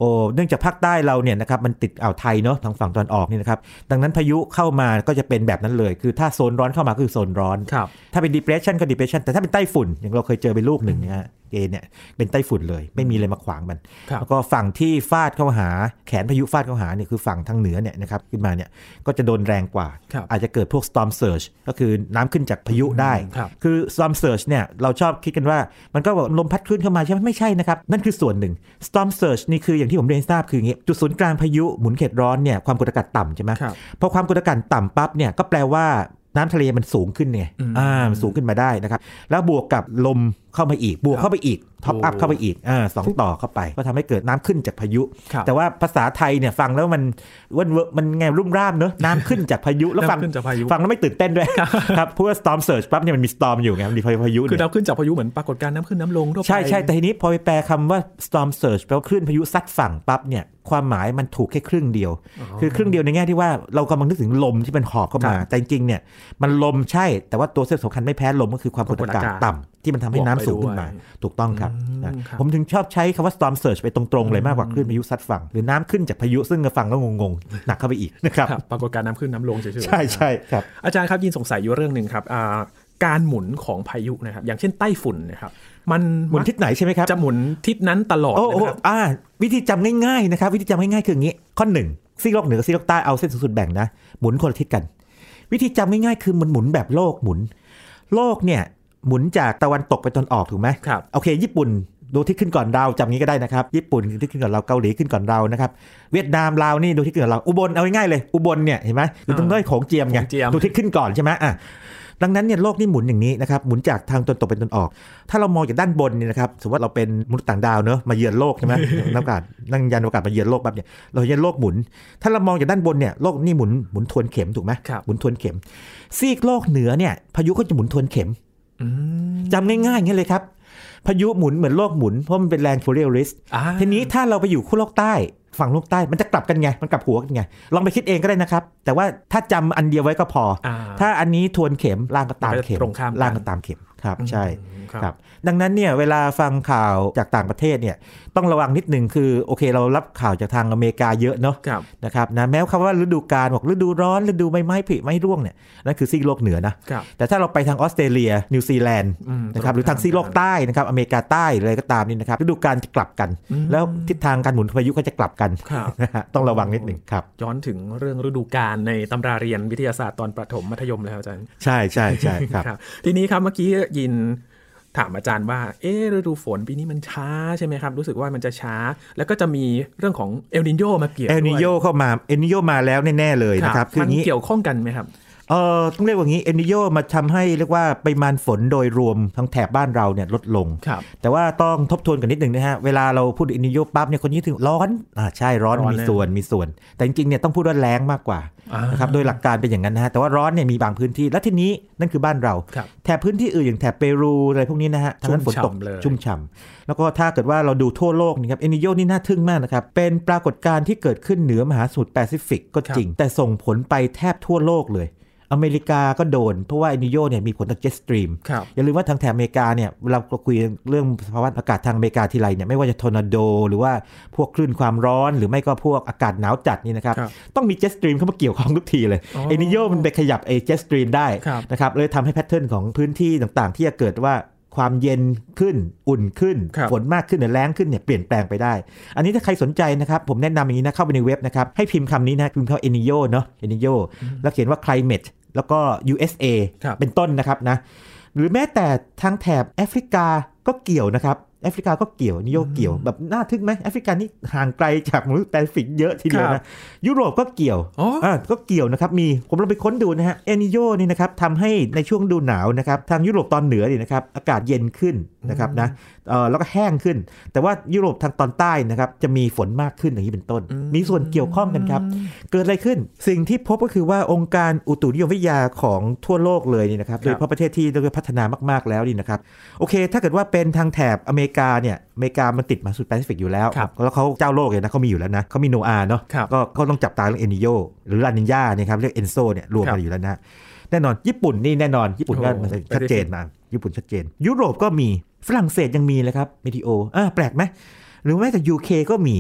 โอ้เนื่องจากภาคใต้เราเนี่ยนะครับมันติดอ่าวไทยเนาะทางฝั่งตะวันออกนี่นะครับดังนั้นพายุเข้ามาก็จะเป็นแบบนั้นเลยคือถ้าโซนร้อนเข้ามาคือโซนร้อนถ้าเป็น depression ก็ depression แต่ถ้าเป็นไต้ฝุ่นอย่างเราเคยเจอไปลูกหนึ่งเนี่ยเอเนี่ยเป็นไต้ฝุ่นเลยไม่มีอะไรมาขวางมันแล้วก็ฝั่งที่ฟาดเข้าหาแขนพายุฟาดเข้าหาเนี่ยคือฝั่งทางเหนือเนี่ยนะครับขึ้นมาเนี่ยก็จะโดนแรงกว่าอาจจะเกิดพวก storm surge ก็คือน้ำขึ้นจากพายุได้คือ storm surge เนี่ยเราชอบคิดกันว่ามันก็แบบลมพัดคลื่นเข้ามาใช่ไหมไม่ใช่นะครับนั่นคือส่วนหนึ่ง storm surge นี่คืออย่างที่ผมเรียนทราบคืออย่างงี้จุดศูนย์กลางพายุหมุนเขตร้อนเนี่ยความกดอากาศต่ำใช่ไหมพอความกดอากาศต่ำปั๊บเนี่ยก็แปลว่าน้ำทะเลมันสูงขึ้นไงอ่ามันสูงขึ้นมาได้นะครับแล้วบวกกับลมเข้ามาอีกบวกเข้าไปอีกท็อปอัพเข้าไปอีกอ่าสองต่อเข้าไปก็ทำให้เกิดน้ำขึ้นจากพายุแต่ว่าภาษาไทยเนี่ยฟังแล้วมันมันมันไงรุ่มร่ามเนอะน้ำขึ้นจากพายุแล้วฟังฟังแล้วไม่ตื่นเต้นด้วยครับเพราะว่า storm surge ปั๊บเนี่ยมันมี storm อยู่ไงมันมีพายุคือน้ำขึ้นจากพายุเหมือนปรากฏการณ์น้ำขึ้นน้ำลงทั่วไปใช่ใช่แต่ทีนี้พอไปแปลคำว่า storm surge แปลว่าคลื่นพายุซัดฝั่งปั๊บเนี่ยความหมายมันถูกแค่ครึ่งเดียวคือครึ่งเดียวในแง่ที่ว่าเรากำลังนึกถึงลมที่มันหอบเข้ามาแต่จริงๆเนี่ยมันลมใช่แต่ว่าตัวเส้นสำคัญไม่แพ้ลมก็คือความกดอากาศต่ำที่มันทำให้น้ำสูงขึ้นมาถูกต้องครับนะผมถึงชอบใช้คำว่า storm surge ไปตรงๆเลยมากกว่าคลื่นพายุซัดฝั่งหรือน้ำขึ้นจากพายุซึ่งฟังแล้วงงๆหนักเข้าไปอีกนะครับปรากฏการณ์น้ำขึ้นน้ำลงเฉยๆใช่ใช่ครับอาจารย์ครับยินสงสัยอยู่เรื่องนึงครับการหมุนของพายุนะครับอย่างเช่นไต้ฝุ่นนะครับมันหมุนทิศไหนใช่ไหมครับจะหมุนทิศนั้นตลอดนะครับอ่าวิธีจำง่ายๆนะครับวิธีจำง่ายๆคืออย่างนี้ข้อหนึ่งซีกโลกเหนือกับซีกโลกใต้เอาเส้นศูนย์สูตรแบ่งนะหมุนคนละทิศกันวิธีจำง่ายๆคือมันหมุนแบบโลกหมุนโลกเนี่ยหมุนจากตะวันตกไปตะวันออกถูกไหมครับโอเคญี่ปุ่นดูทิศขึ้นก่อนเราจำงี้ก็ได้นะครับญี่ปุ่นทิศขึ้นก่อนเราเกาหลีขึ้นก่อนเรานะครับเวียดนามลาวนี่ดูทิศขึ้นก่อนเราอุบลเอาง่ายๆเลยอุบลเนี่ยเห็นไหมอยู่ตรงด้อยของเจียมไงดูทิศขึ้นก่อนใช่ไหมอ่ะดังนั้นเนี่ยโลกนี่หมุนอย่างนี้นะครับหมุนจากทางตะวันตกไปตะวันออกถ้าเรามองจากด้านบนนี่นะครับสมมติว่าเราเป็นมนุษย์ต่างดาวเนอะมาเยือนโลกใช่ไหม นักอากาศนั่งยานอวกาศมาเยือนโลกแบบเนี่ยเราเห็นโลกหมุนถ้าเรามองจากด้านบนเนี่ยโลกนี่หมุนหมุนทวนเข็มถูกไหมหมุนทวนเข็มซีกโลกเหนือเนี่ยพายุก็จะหมุนทวนเข็มจำง่ายๆอย่างนี้เลยครับพายุหมุนเหมือนโลกหมุนเพราะมันเป็นแรงโฟเรียริสทีนี้ถ้าเราไปอยู่ขั้วโลกใต้ฝั่งโลกใต้มันจะกลับกันไงมันกลับหัวกันไงลองไปคิดเองก็ได้นะครับแต่ว่าถ้าจำอันเดียวไว้ก็พอถ้าอันนี้ทวนเข็มล่างก็ตามเข็มล่างก็ตามเข็มครับใช่ครับดังนั้นเนี่ยเวลาฟังข่าวจากต่างประเทศเนี่ยต้องระวังนิดนึงคือโอเคเรารับข่าวจากทางอเมริกาเยอะเนาะนะครับนะแม้คำว่าฤดูกาลบอกฤดูร้อนฤดูใบไม้ผลิไม้ร่วงเนี่ยนั่นคือซีกโลกเหนือนะแต่ถ้าเราไปทางออสเตรเลียนิวซีแลนด์นะครับหรือทางซีกโลกใต้นะครับอเมริกาใต้อะไรก็ตามนี่นะครับฤดูกาลจะกลับกันแล้วทิศทางการหมุนพายุก็จะกลับกันต้องระวังนิดนึงครับย้อนถึงเรื่องฤดูกาลในตำราเรียนวิทยาศาสตร์ตอนประถมมัธยมแล้วอาจารย์ใช่ใช่ใช่ครับทีนี้ครับเมื่อกี้ยินถามอาจารย์ว่าเออฤดูฝนปีนี้มันช้าใช่ไหมครับรู้สึกว่ามันจะช้าแล้วก็จะมีเรื่องของเอลนิโญมาเกี่ยวเอลนิโญเข้ามาเอลนิโญมาแล้วแน่ๆเลยนะครับคือมันเกี่ยวข้องกันไหมครับเออต้องเรียกว่างี้เอลนิโญมาทำให้เรียกว่าปริมาณฝนโดยรวมทั้งแถบบ้านเราเนี่ยลดลงแต่ว่าต้องทบทวนกันนิดนึงนะฮะเวลาเราพูดเอลนิโญปั๊บเนี่ยคนนี้ถึงร้อนอ่าใช่ร้อนมีส่วนมีส่วนแต่จริงๆเนี่ยต้องพูดว่าแล้งมากกว่านะครับโดยหลักการเป็นอย่างนั้นนะฮะแต่ว่าร้อนเนี่ยมีบางพื้นที่และทีนี้นั่นคือบ้านเราแถบพื้นที่อื่นอย่างแถบเปรูอะไรพวกนี้นะฮะทางนั้นฝนตกชุ่มฉ่ำแล้วก็ถ้าเกิดว่าเราดูทั่วโลกนี่ครับเอลนิโญนี่น่าทึ่งมากนะครับเป็นปรากฏการณ์ที่เกิดขึ้นเหนือมหาสมุทรแปซิฟิกก็จริงแต่ส่งผลไปแทบทั่วโลกเลยอเมริกาก็โดนเพราะว่าเอลนิโญเนี่ยมีผลต่อเจ็ตสตรีมอย่าลืมว่าทางแถบอเมริกาเนี่ยเวลาเราคุยเรื่องสภาวะอากาศทางอเมริกาทีไรเนี่ยไม่ว่าจะทอร์นาโดหรือว่าพวกคลื่นความร้อนหรือไม่ก็พวกอากาศหนาวจัดนี่นะครับต้องมีเจ็ตสตรีมเข้ามาเกี่ยวข้องทุกทีเลยเอลนิโญมันไปขยับไอ้เจ็ตสตรีมได้นะครับเลยทำให้แพทเทิร์นของพื้นที่ต่างๆที่จะเกิดว่าความเย็นขึ้นอุ่นขึ้นฝนมากขึ้นหรือแรงขึ้นเนี่ยเปลี่ยนแปลงไปได้อันนี้ถ้าใครสนใจนะครับผมแนะนำอย่างนี้นะเข้าไปในเว็บนะครับให้พิมพ์คำนี้นะพิมพ์เข้าเอลนิโญเนาะเอลนิโญแล้วเขียนว่า climateแล้วก็ ยู เอส เอ เป็นต้นนะครับนะหรือแม้แต่ทางแถบแอฟริกาก็เกี่ยวนะครับแอฟริกาก็เกี่ยวนิโยเกี่ยวแบบน่าทึ่งไหมแอฟริกานี่ห่างไกลจากมนุษย์แปซิฟิกเยอะทีเดียวนะยุโรปก็เกี่ยวอ่าก็เกี่ยวนะครับมีผมลองไปค้นดูนะฮะเอลนิโญนี่นะครับทำให้ในช่วงฤดูหนาวนะครับทางยุโรปตอนเหนือนี่นะครับอากาศเย็นขึ้นนะครับนะเอ่อแล้วก็แห้งขึ้นแต่ว่ายุโรปทางตอนใต้นะครับจะมีฝนมากขึ้นอย่างนี้เป็นต้นมีส่วนเกี่ยวข้องกันครับเกิดอะไรขึ้นสิ่งที่พบก็คือว่าองค์การอุตุนิยมวิทยาของทั่วโลกเลยนี่นะครับโดยเฉพาะประเทศที่ได้พัฒนามากๆแล้วนี่นะครับโอเคถ้าเกิดว่าเป็นทางแถบอเมริกาเนี่ยอเมริกามันติดมหาสมุทรแปซิฟิกอยู่แล้วแล้วเขาเจ้าโลกเลยนะเขามีอยู่แล้วนะเขามีโนอาห์เนาะก็เขาต้องจับตาเรื่องเอลนิโญหรือลานิญาเนี่ยครับเรียกเอนโซเนี่ยรวมกันอยู่แล้วนะแน่นอนญี่ปุ่นนี่แน่นอนญี่ปุ่นก็ชัดเจนมาญี่ปุ่นชัดเจนยุโรปก็มีฝรั่งเศสยังมีเลยครับเมทิโออ่าแปลกไหมหรือแม้แต่ ยู เค ก็มี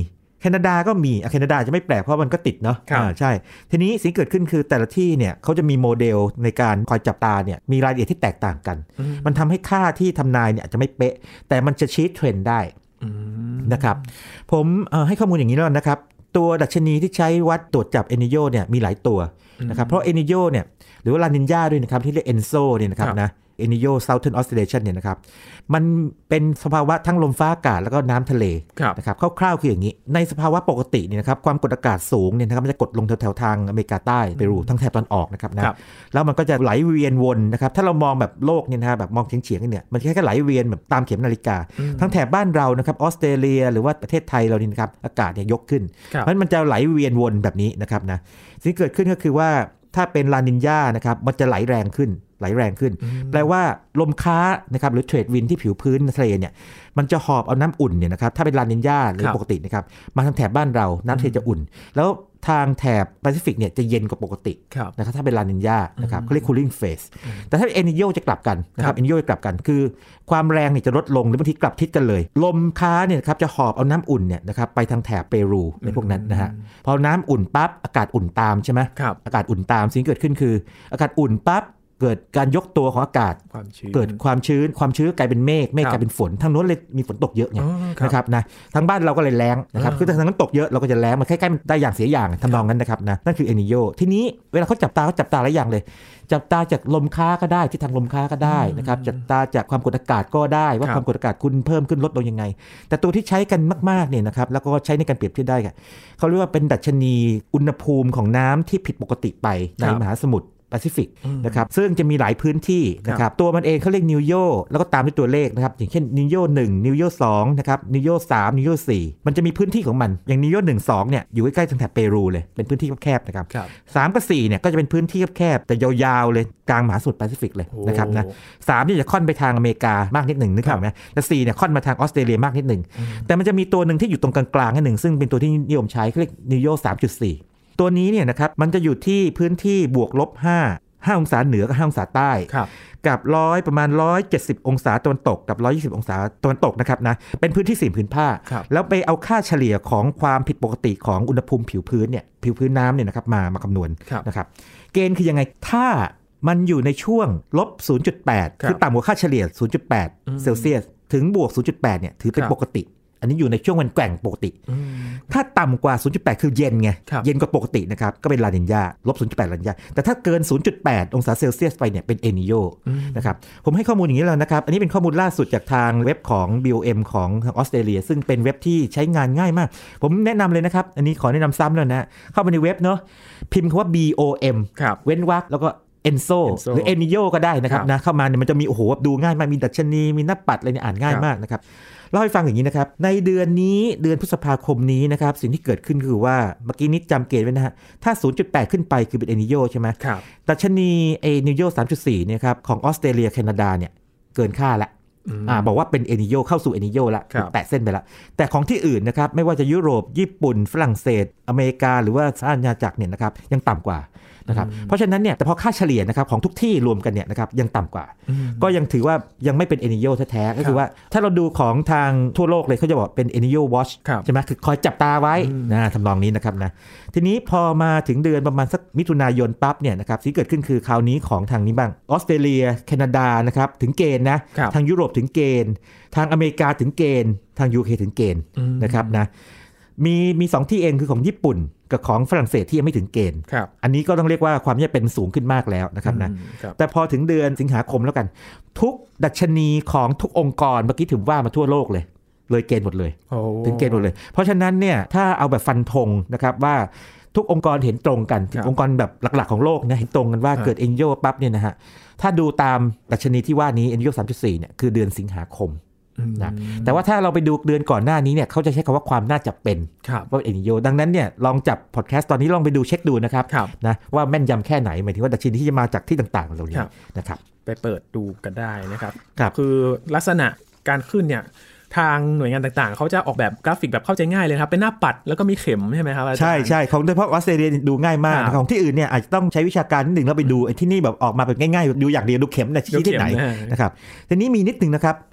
แคนาดาก็มีแคนาดาจะไม่แปลกเพราะมันก็ติดเนาะอ่าใช่ทีนี้สิ่งเกิดขึ้นคือแต่ละที่เนี่ยเขาจะมีโมเดลในการคอยจับตาเนี่ยมีรายละเอียดที่แตกต่างกันมันทำให้ค่าที่ทำนายเนี่ยอาจจะไม่เป๊ะแต่มันจะชี้เทรนด์ได้นะครับผมให้ข้อมูลอย่างนี้แล้วนะครับตัวดัชนีที่ใช้วัดตรวจจับเอนิโยเนี่ยมีหลายตัวนะครับเพราะเอนิโยเนี่ยหรือว่าลานินญาด้วยนะครับที่เรียกเอนโซเนี่ยนะครับนะเอนิโย Southern Oscillation เนี่ยนะครับมันเป็นสภาวะทั้งลมฟ้าอากาศแล้วก็น้ำทะเลนะครับคร่าวๆคืออย่างนี้ในสภาวะปกติเนี่ยนะครับความกดอากาศสูงเนี่ยนะครับมันจะกดลงแถวๆทางอเมริกาใต้เปรูทั้งแถบตอนออกนะครับนะแล้วมันก็จะไหลเวียนวนนะครับถ้าเรามองแบบโลกเนี่ยนะแบบมองเฉียงๆเนี่ยมันแค่ไหลเวียนแบบตามเข็มนาฬิกาทั้งแถบบ้านเรานะครับออสเตรเลียหรือว่าประเทศไทยเรานี่นะครับอากาศเนี่ยยกขึ้นเพราะมันจะไหลเวียนวนแบบนี้นะครับนะสิ่งที่เกิดขึ้นก็คือว่าถ้าเป็นลานินญานะครับมันจะไหลแรงขึ้นไหลแรงขึ้นแปลว่าลมค้านะครับหรือเทรดวินที่ผิวพื้นทะเลเนี่ยมันจะหอบเอาน้ำอุ่นเนี่ยนะครับถ้าเป็นลานินญาหรือปกตินะครับมาทางแถบบ้านเราน้ำทะเลจะอุ่นแล้วทางแถบแปซิฟิกเนี่ยจะเย็นกว่าปกตินะครับถ้าเป็นลานินญานะครับเขาเรียก cooling phase แต่ถ้าเป็นเอนิโยจะกลับกันนะครับเอนิโยจะกลับกันคือความแรงเนี่ยจะลดลงหรือบางทีกลับทิศกันเลยลมค้าเนี่ยครับจะหอบเอาน้ำอุ่นเนี่ยนะครับไปทางแถบเปรูในพวกนั้นนะฮะพอน้ำอุ่นปั๊บอากาศอุ่นตามใช่ไหมอากาศอุ่นตามสิ่งที่เกิดขึ้นคืออากาศอุ่นปั๊บเกิดการยกตัวของอากาศเกิดความชื้นความชื้นกลายเป็นเมฆเมฆกลายเป็นฝนทางโน้นเลยมีฝนตกเยอะไงนะครับนะทางบ้านเราก็เลยแล้งนะครับคือทางนั้นตกเยอะเราก็จะแล้งมันคล้ายๆได้อย่างเสียอย่างทำนองนั้นนะครับนะนั่นคือเอนิโยทีนี้เวลาเขาจับตาเขาจับตาหลายอย่างเลยจับตาจากลมค้าก็ได้ที่ทางลมค้าก็ได้นะครับจับตาจากความกดอากาศก็ได้ว่าความกดอากาศคุณเพิ่มขึ้นลดลงยังไงแต่ตัวที่ใช้กันมากๆเนี่ยนะครับแล้วก็ใช้ในการเปรียบเทียบได้เขาเรียกว่าเป็นดัชนีอุณหภูมิของน้ำที่ผิดปกติไปในมหาสมุทรแปซิฟิกนะครับซึ่งจะมีหลายพื้นที่นะครับตัวมันเองเขาเรียกนิวโยแล้วก็ตามด้วยตัวเลขนะครับอย่างเช่นนิวโยหนึ่งนิวโยสองนะครับนิวโยสามนิวโยสี่มันจะมีพื้นที่ของมันอย่างนิวโยหนึ่ง สองเนี่ยอยู่ใกล้ๆทางแถบเปรูเลยเป็นพื้นที่แคบๆนะครับสามกับสี่เนี่ยก็จะเป็นพื้นที่แคบๆแต่ยาวๆเลยกลางมหาสมุทรแปซิฟิกเลยนะครับนะสามนี่จะค่อนไปทางอเมริกามากนิดหนึ่งนึกออกไหมแต่สี่เนี่ยค่อนมาทางออสเตรเลียมากนิดหนึ่งแต่มันจะมีตัวนึงที่อยู่ตรงกลางๆนิดหนึ่งซึ่งเป็นตัวที่นิยมใช้เขาเรียกนิวโย สามจุดสี่ ตัวนี้เนี่ยนะครับมันจะอยู่ที่พื้นที่บวกลบห้าห้าองศาเหนือกับห้าองศาใต้กับร้อยประมาณหนึ่งร้อยเจ็ดสิบองศาตะวันตกกับหนึ่งร้อยยี่สิบองศาตะวันตกนะครับนะเป็นพื้นที่สี่ผืนผ้าแล้วไปเอาค่าเฉลี่ยของความผิดปกติของอุณหภูมิผิวพื้นเนี่ยผิวพื้นน้ำเนี่ยนะครับมามาคำนวณนะครับเกณฑ์คือยังไงถ้ามันอยู่ในช่วงลบ ศูนย์จุดแปด คือต่ำกว่าค่าเฉลี่ย ศูนย์จุดแปด เซลเซียสถึงบวก ศูนย์จุดแปด เนี่ยถือเป็นปกติอันนี้อยู่ในช่วงวันแกว่งปกติถ้าต่ำกว่า ศูนย์จุดแปด คือเย็นไงเย็นกว่าปกตินะครับก็เป็นลานินญาลบ ศูนย์จุดแปด ลานินญาแต่ถ้าเกิน ศูนย์จุดแปด องศาเซลเซียสไปเนี่ยเป็นเอนิโยนะครับผมให้ข้อมูลอย่างนี้แล้วนะครับอันนี้เป็นข้อมูลล่าสุดจากทางเว็บของ บี โอ เอ็ม ของทางออสเตรเลียซึ่งเป็นเว็บที่ใช้งานง่ายมากผมแนะนำเลยนะครับอันนี้ขอแนะนำซ้ำแล้วนะเข้าไปในเว็บเนาะพิมพ์คำว่า บี โอ เอ็ม เว้นวรรคแล้วก็เอนโซหรือเอนิโยก็ได้นะครับนะเข้ามาเนี่ยมันจะมีโอ้โหดูง่ายมากมีดัชนีมีหน้าปัดอะไรเนี่ยอ่านง่ายมากนะครับเล่าให้ฟังอย่างนี้นะครับในเดือนนี้เดือนพฤษภาคมนี้นะครับสิ่งที่เกิดขึ้นคือว่าเมื่อกี้นิดจำเกณฑ์ไว้นะฮะถ้า ศูนย์จุดแปด ขึ้นไปคือเป็นเอนิโยใช่ไหมครับดัชนีเอนิโย สามจุดสี่ เนี่ยครับของออสเตรเลียแคนาดาเนี่ยเกินค่าละอ่าบอกว่าเป็นเอนิโยเข้าสู่เอนิโยละแตะเส้นไปละแต่ของที่อื่นนะครับไม่ว่าจะยุโรปญี่ปุ่นฝรั่งเศสอเมริกาหรือว่าสหราชอาณาจักรเนี่ยนะครับยังต่ำกว่านะครับเพราะฉะนั้นเนี่ยแต่พอค่าเฉลี่ยนะครับของทุกที่รวมกันเนี่ยนะครับยังต่ำกว่าก็ยังถือว่ายังไม่เป็นเอนิโยแท้ๆก็คือว่าถ้าเราดูของทางทั่วโลกเลยเขาจะบอกเป็นเอนิโยวอชใช่ไหมคือคอยจับตาไว้นะทำนองนี้นะครับนะทีนี้พอมาถึงเดือนประมาณสักมิถุนายนปั๊บเนี่ยนะครับที่เกิดขึ้นคือคราวนี้ของทางนี้บ้างออสเตรเลียแคนาดานะครับถึงเกณฑ์นะทางยุโรปถึงเกณฑ์ทางอเมริกาถึงเกณฑ์ทาง ยู เค ถึงเกณฑ์นะครับนะมีมีสองที่เองคือของญี่ปุ่นกับของฝรั่งเศสที่ยังไม่ถึงเกณฑ์อันนี้ก็ต้องเรียกว่าความเป็นสูงขึ้นมากแล้วนะครับนะแต่พอถึงเดือนสิงหาคมแล้วกันทุกดัชนีของทุกองค์กรเมื่อกี้ถือว่ามาทั่วโลกเลยเลยเกณฑ์หมดเลยถึงเกณฑ์หมดเลยเพราะฉะนั้นเนี่ยถ้าเอาแบบฟันธงนะครับว่าทุกองค์กรเห็นตรงกันองค์กรแบบหลักๆของโลกเนี่ยเห็นตรงกันว่าเกิดเอนิโยปั๊บเนี่ยนะฮะถ้าดูตามดัชนีที่ว่านี้เอนิโย สามจุดสี่ เนี่ยคือเดือนสิงหาคมนะแต่ว่าถ้าเราไปดูเดือนก่อนหน้านี้เนี่ยเขาจะใช้คำว่าความน่าจะเป็นว่าเอนิโยดังนั้นเนี่ยลองจับพอดแคสต์ตอนนี้ลองไปดูเช็คดูนะครับนะว่าแม่นยำแค่ไหนหมายถึงว่าดัชนีที่จะมาจากที่ต่างๆเหล่านี้นะครับไปเปิดดูกันได้นะครับคือลักษณะการขึ้นเนี่ยทางหน่วยงานต่างๆเขาจะออกแบบกราฟิกแบบเข้าใจง่ายเลยครับเป็นหน้าปัดแล้วก็มีเข็มใช่ไหมครับใช่ใช่ของโดยเฉพาะออสเตรเลียดูง่ายมากของที่อื่นเนี่ยอาจจะต้องใช้วิชาการนิดหนึ่งแล้วไปดูไอ้ที่นี่แบบออกมาแบบง่ายๆดูอย่างเดียวดูเข็มนะชี้ที่ไหนนะครับทีนี้มีนิดนึงนะครับ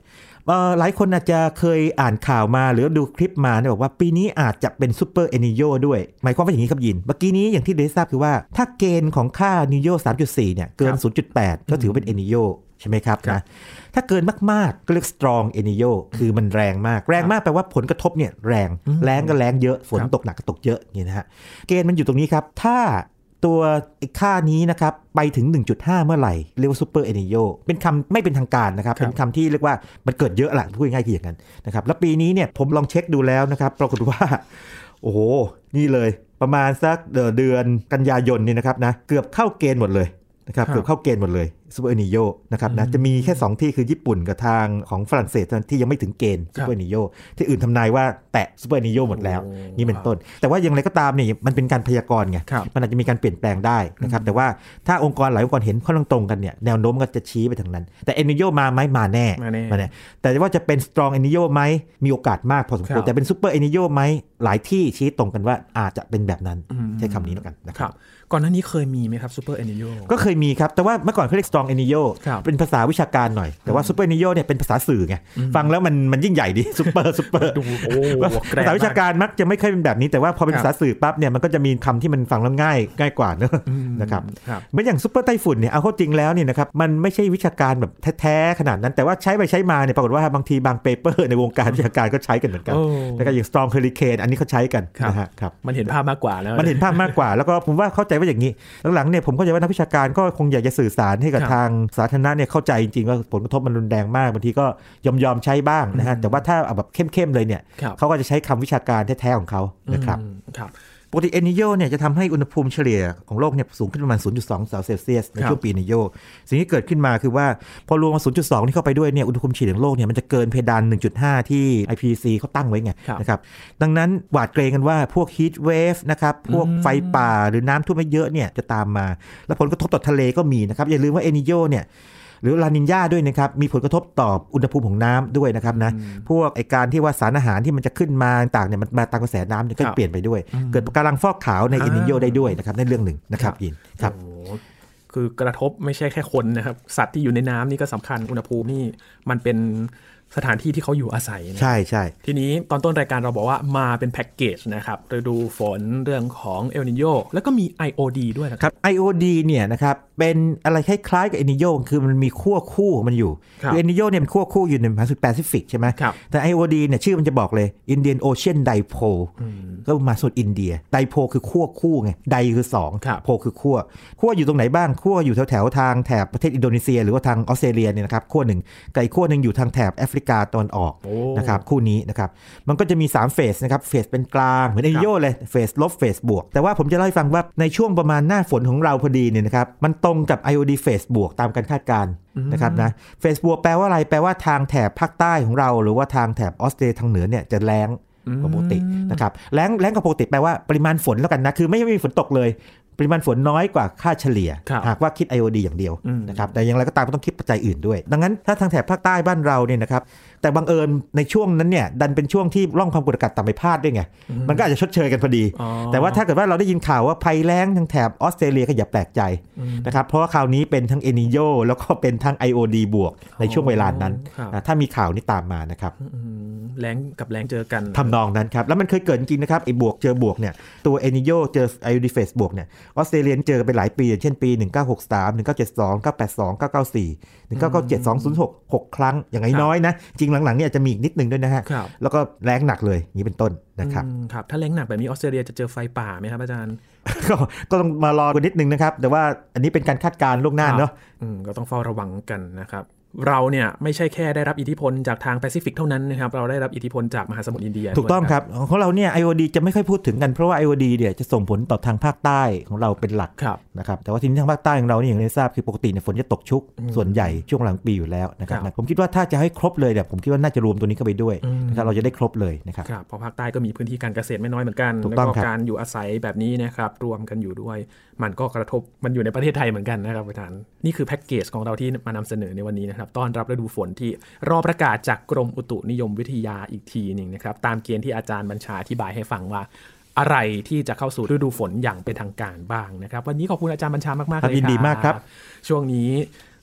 หลายคนอาจจะเคยอ่านข่าวมาหรือดูคลิปมาเนี่ยบอกว่าปีนี้อาจจะเป็นซูเปอร์เอนิโยด้วยหมายความว่าอย่างนี้ครับยินเมื่อกี้นี้อย่างที่ได้ทราบคือว่าถ้าเกณฑ์ของค่าเอนิโย สามจุดสี่ เนี่ยเกิน ศูนย์จุดแปด ก็ถือเป็นเอนิโยใช่ไหมครับนะถ้าเกินมากๆก็เรียก strong El Niño คือมันแรงมากแรงมากแปลว่าผลกระทบเนี่ยแรงแรงก็แรงเยอะฝนตกหนักก็ตกเยอะอย่างนี้นะฮะเกณฑ์มันอยู่ตรงนี้ครับถ้าตัวค่านี้นะครับไปถึง หนึ่งจุดห้า เมื่อไหร่เรียกว่า super El Niño เป็นคำไม่เป็นทางการนะครับเป็นคำที่เรียกว่ามันเกิดเยอะแหละพูดง่ายๆคืออย่างนั้นนะครับแล้วปีนี้เนี่ยผมลองเช็คดูแล้วนะครับปรากฏว่าโอ้โหนี่เลยประมาณสักเดือนกันยายนนี่นะครับนะเกือบเข้าเกณฑ์หมดเลยนะครับเกือบเข้าเกณฑ์หมดเลยซูเปอร์เอนิโยนะครับนะจะมีแค่สองที่คือญี่ปุ่นกับทางของฝรั่งเศสที่ยังไม่ถึงเกณฑ์ซูเปอร์เอนิโยที่อื่นทำนายว่าแตะซูเปอร์เอนิโยหมดแล้วนี่เป็นต้นแต่ว่าอย่างไรก็ตามเนี่ยมันเป็นการพยากรณ์ไงมันอาจจะมีการเปลี่ยนแปลงได้นะครับแต่ว่าถ้าองค์กรหลายองค์กรเห็นข้อตรงกันเนี่ยแนวโน้มก็จะชี้ไปทางนั้นแต่เอนิโยมาไหมมาแน่มาแน่แต่ว่าจะเป็นสตรองเอนิโยไหมมีโอกาสมากพอสมควรแต่เป็นซูเปอร์เอนิโยไหมหลายที่ชี้ตรงกันว่าอาจจะเป็นแบบนั้นใช้คำนี้แล้วกันนะครับก่อนหน้านี้เคยมีไหมครับซูเปอร์เอนิโยก็เคยมีครับแต่ว่าเมื่อก่อนเขาเรียก strong el niño เป็นภาษาวิชาการหน่อยแต่ว่าซูเปอร์เอนิโยเนี่ยเป็นภาษาสื่อไงฟังแล้วมันมันยิ่งใหญ่ดีซูเปอร์ซูเปอร์ภาษาวิชาการมักจะไม่ค่อยเป็นแบบนี้แต่ว่าพอเป็นภาษาสื่อปั๊บเนี่ยมันก็จะมีคำที่มันฟังแล้วง่ายง่ายกว่าเนอะนะครับเหมือนอย่างซูเปอร์ไต้ฝุ่นเนี่ยเอาเข้าจริงแล้วเนี่ยนะครับมันไม่ใช่วิชาการแบบแท้ๆขนาดนั้นแต่ว่าใช้ไปใช้มาเนี่ยปรากฏว่าบางทีบางเปเปอร์ในวงการวิชาการก็ใช้กันเหมือนกันแล้วก็อย่าง strong hurricane อันนี้เขาใช้กันนะฮะครับมันเห็นภาพมากกว่าแล้วมันเห็นภาพมากกว่าแล้วก็ผมว่าเข้าใจว่าอย่างนี้หลังๆเนี่ยผมเข้าใจว่านักวิชาการก็คงอยากจะสื่อสารให้กับทางสาธารณะเนี่ยเข้าใจจริงๆว่าผลกระทบมันรุนแรงมากบางทีก็ยอมๆใช้บ้างนะฮะแต่ว่าถ้าเอาแบบเข้มๆเลยเนี่ยเขาก็จะใช้คำวิชาการแท้ๆของเขานะครับปกติเอนิโยเนี่ยจะทำให้อุณหภูมิเฉลี่ยของโลกเนี่ยสูงขึ้นประมาณ ศูนย์จุดสอง องศาเซลเซียสในช่วงปีเอนิโยสิ่งที่เกิดขึ้นมาคือว่าพอรวม ศูนย์จุดสอง ที่เข้าไปด้วยเนี่ยอุณหภูมิเฉลี่ยของโลกเนี่ยมันจะเกินเพดาน หนึ่งจุดห้า ที่ ไอ พี ซี เขาตั้งไว้ไงนะครับดังนั้นหวาดเกรงกันว่าพวกฮีทเวฟนะครับพวกไฟป่าหรือน้ำท่วมเยอะเนี่ยจะตามมาและผลกระทบต่อทะเลก็มีนะครับอย่าลืมว่าเอนิโยเนี่ยหรือลานิญญาด้วยนะครับมีผลกระทบต่ออุณหภูมิของน้ำด้วยนะครับนะพวกไอการที่ว่าสารอาหารที่มันจะขึ้นมาต่างเนี่ยมันมาตามกระแสน้ำก็เปลี่ยนไปด้วยเกิดปะการังฟอกขาวในเอนิโยได้ด้วยนะครับในเรื่องหนึ่งนะครับยินครับคือกระทบไม่ใช่แค่คนนะครับสัตว์ที่อยู่ในน้ำนี่ก็สำคัญอุณหภูมินี่มันเป็นสถานที่ที่เขาอยู่อาศัยใช่ใช่ทีนี้ตอนต้นรายการเราบอกว่ามาเป็นแพ็กเกจนะครับฤดูฝนเรื่องของเอลนิโญแล้วก็มี ไอ โอ ดี ด้วยนะครับไอ โอ ดี เนี่ยนะครับเป็นอะไรคล้ายๆกับเอลนิโญคือมันมีขั้วคู่มันอยู่คือเอลนิโญเนี่ยมันขั้วคู่อยู่ในมหาสมุทรแปซิฟิกใช่ไหมแต่ ไอ โอ ดี เนี่ยชื่อมันจะบอกเลย Indian Ocean Dipole ก็มาสุดอินเดียไดโพลคือขั้วคู่ไงไดคือสองโพลคือขั้วขั้วอยู่ตรงไหนบ้างขั้วอยู่แถวๆทางแถบประเทศอินโดนีเซียหรือว่าทางออสเตรเลียเนี่ยนะครับขั้วหนึ่งกับอีกขั้วหนึ่งอยู่ทางแถบแอฟริกาตะวันออกนะครับคู่นี้นะครับมันก็จะมีสามเฟสนะครับเฟสเป็นกลางเหมือนเอนิโญเลยเฟสลบเฟสบวกแต่ว่าผมจะเล่าให้ฟังว่าในช่วงประมาณหน้าฝนของเราพอดีเนี่ยนะครับมันตรงกับ ไอ โอ ดี เฟสบวกตามการคาดการณ์นะครับนะเฟสบวกแปลว่าอะไรแปลว่าทางแถบภาคใต้ของเราหรือว่าทางแถบออสเตรเลียทางเหนือเนี่ยจะแล้งกว่าปกตินะครับแล้งแล้งกว่าปกติแปลว่าปริมาณฝนแล้วกันนะคือไม่มีฝนตกเลยปริมาณฝนน้อยกว่าค่าเฉลี่ยหากว่าคิด ไอ โอ ดี อย่างเดียวนะครับแต่อย่างไรก็ตามก็ต้องคิดปัจจัยอื่นด้วยดังนั้นถ้าทางแถบภาคใต้บ้านเราเนี่ยนะครับแต่บังเอิญในช่วงนั้นเนี่ยดันเป็นช่วงที่ร่องความกดอากาศต่ำไปพาดด้วยไงมันก็อาจจะชดเชยกันพอดีแต่ว่าถ้าเกิดว่าเราได้ยินข่าวว่าภัยแล้งทางแถบออสเตรเลียก็อย่าแปลกใจนะครับเพราะว่าคราวนี้เป็นทั้งเอนิโญแล้วก็เป็นทั้ง ไอ โอ ดี บวกในช่วงเวลานั้นถ้ามีข่าวนี้ตามมานะครับแล้งกับแล้งเจอกันทำนองนั้นครับแล้วมันเคยเกิดจริงนะครับไอ้บวกเจอบวกเนี่ยตัวเอนิโญเจอ ไอ โอ ดี เฟสบวกเนี่ยออสเตรเลียเจอไปหลายปีอย่างเช่นปีหนึ่งเก้าหกสาม หนึ่งเก้าเจ็ดสอง หนึ่งเก้าแปดสอง หนึ่งเก้าเก้าสี่ หนึ่งเก้าเก้าเจ็ด สองศูนย์หก หกครั้งอย่างน้อยๆนะจริงหลังๆเนี่ยจะมีอีกนิดนึงด้วยนะฮะแล้วก็แล้งหนักเลยนี้เป็นต้นนะครับครับถ้าแล้งหนักแบบนี้ออสเตรเลียจะเจอไฟป่าไหมครับอาจารย์ก็ก็ต้องมารอกันนิดนึงนะครับแต่ว่าอันนี้เป็นการคาดการณ์ล่วงหน้าเนาะก็ต้องเฝ้าระวังกันนะครับเราเนี่ยไม่ใช่แค่ได้รับอิทธิพลจากทางแปซิฟิกเท่านั้นนะครับเราได้รับอิทธิพลจากมหาสมุทรอินเดียถูกต้องครับของเราเนี่ย ไอ โอ ดี จะไม่ค่อยพูดถึงกันเพราะว่า ไอ โอ ดี เนี่ยจะส่งผลต่อทางภาคใต้ของเราเป็นหลักนะครับแต่ว่าทีนี้ทางภาคใต้ของเราเนี่ยอย่างที่ทราบคือปกติเนี่ยฝนจะตกชุกส่วนใหญ่ช่วงหลังปีอยู่แล้วนะครับผมคิดว่าถ้าจะให้ครบเลยเนี่ยผมคิดว่าน่าจะรวมตัวนี้เข้าไปด้วยนะครับเราจะได้ครบเลยนะครับเพราะภาคใต้ก็มีพื้นที่การเกษตรไม่น้อยเหมือนกันแล้วก็การอยู่อาศัยแบบนี้นะครับรวมกันอยู่ด้วยมันก็กระทบมันอยู่ในประเทศไทยเหมือนกันนะครับอาจารย์นี่คือแพ็กเกจของเราที่มานำเสนอในวันนี้นะครับต้อนรับฤดูฝนที่รอประกาศจากกรมอุตุนิยมวิทยาอีกทีนึงนะครับตามเกณฑ์ที่อาจารย์บัญชาอธิบายให้ฟังว่าอะไรที่จะเข้าสู่ฤดูฝนอย่างเป็นทางการบ้างนะครับวันนี้ขอบคุณอาจารย์บัญชามากๆเลยครับยินดีมากครับช่วงนี้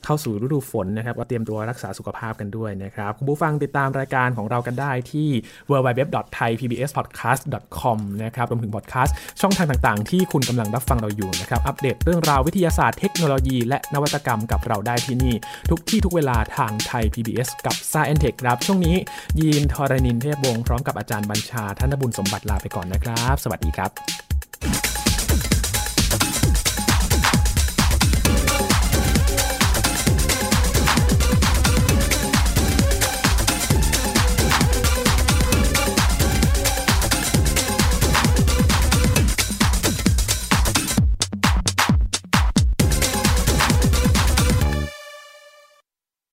เข้าสู่ฤดูฝนนะครับก็เตรียมตัวรักษาสุขภาพกันด้วยนะครับคุณผู้ฟังติดตามรายการของเรากันได้ที่ ดับเบิลยู ดับเบิลยู ดับเบิลยู ดอท ไทย พี บี เอส พอดแคสต์ ดอท คอม นะครับรวมถึงพอดแคสต์ช่องทางต่างๆที่คุณกำลังรับฟังเราอยู่นะครับอัปเดตเรื่องราววิทยาศาสตร์เทคโนโลยีและนวัตกรรมกับเราได้ที่นี่ทุกที่ทุกเวลาทางไทย พี บี เอส กับ Science and Tech ครับช่วงนี้ยีนทรณินเทพวงศ์พร้อมกับอาจารย์บัญชาธนบุญสมบัติลาไปก่อนนะครับสวัสดีครับ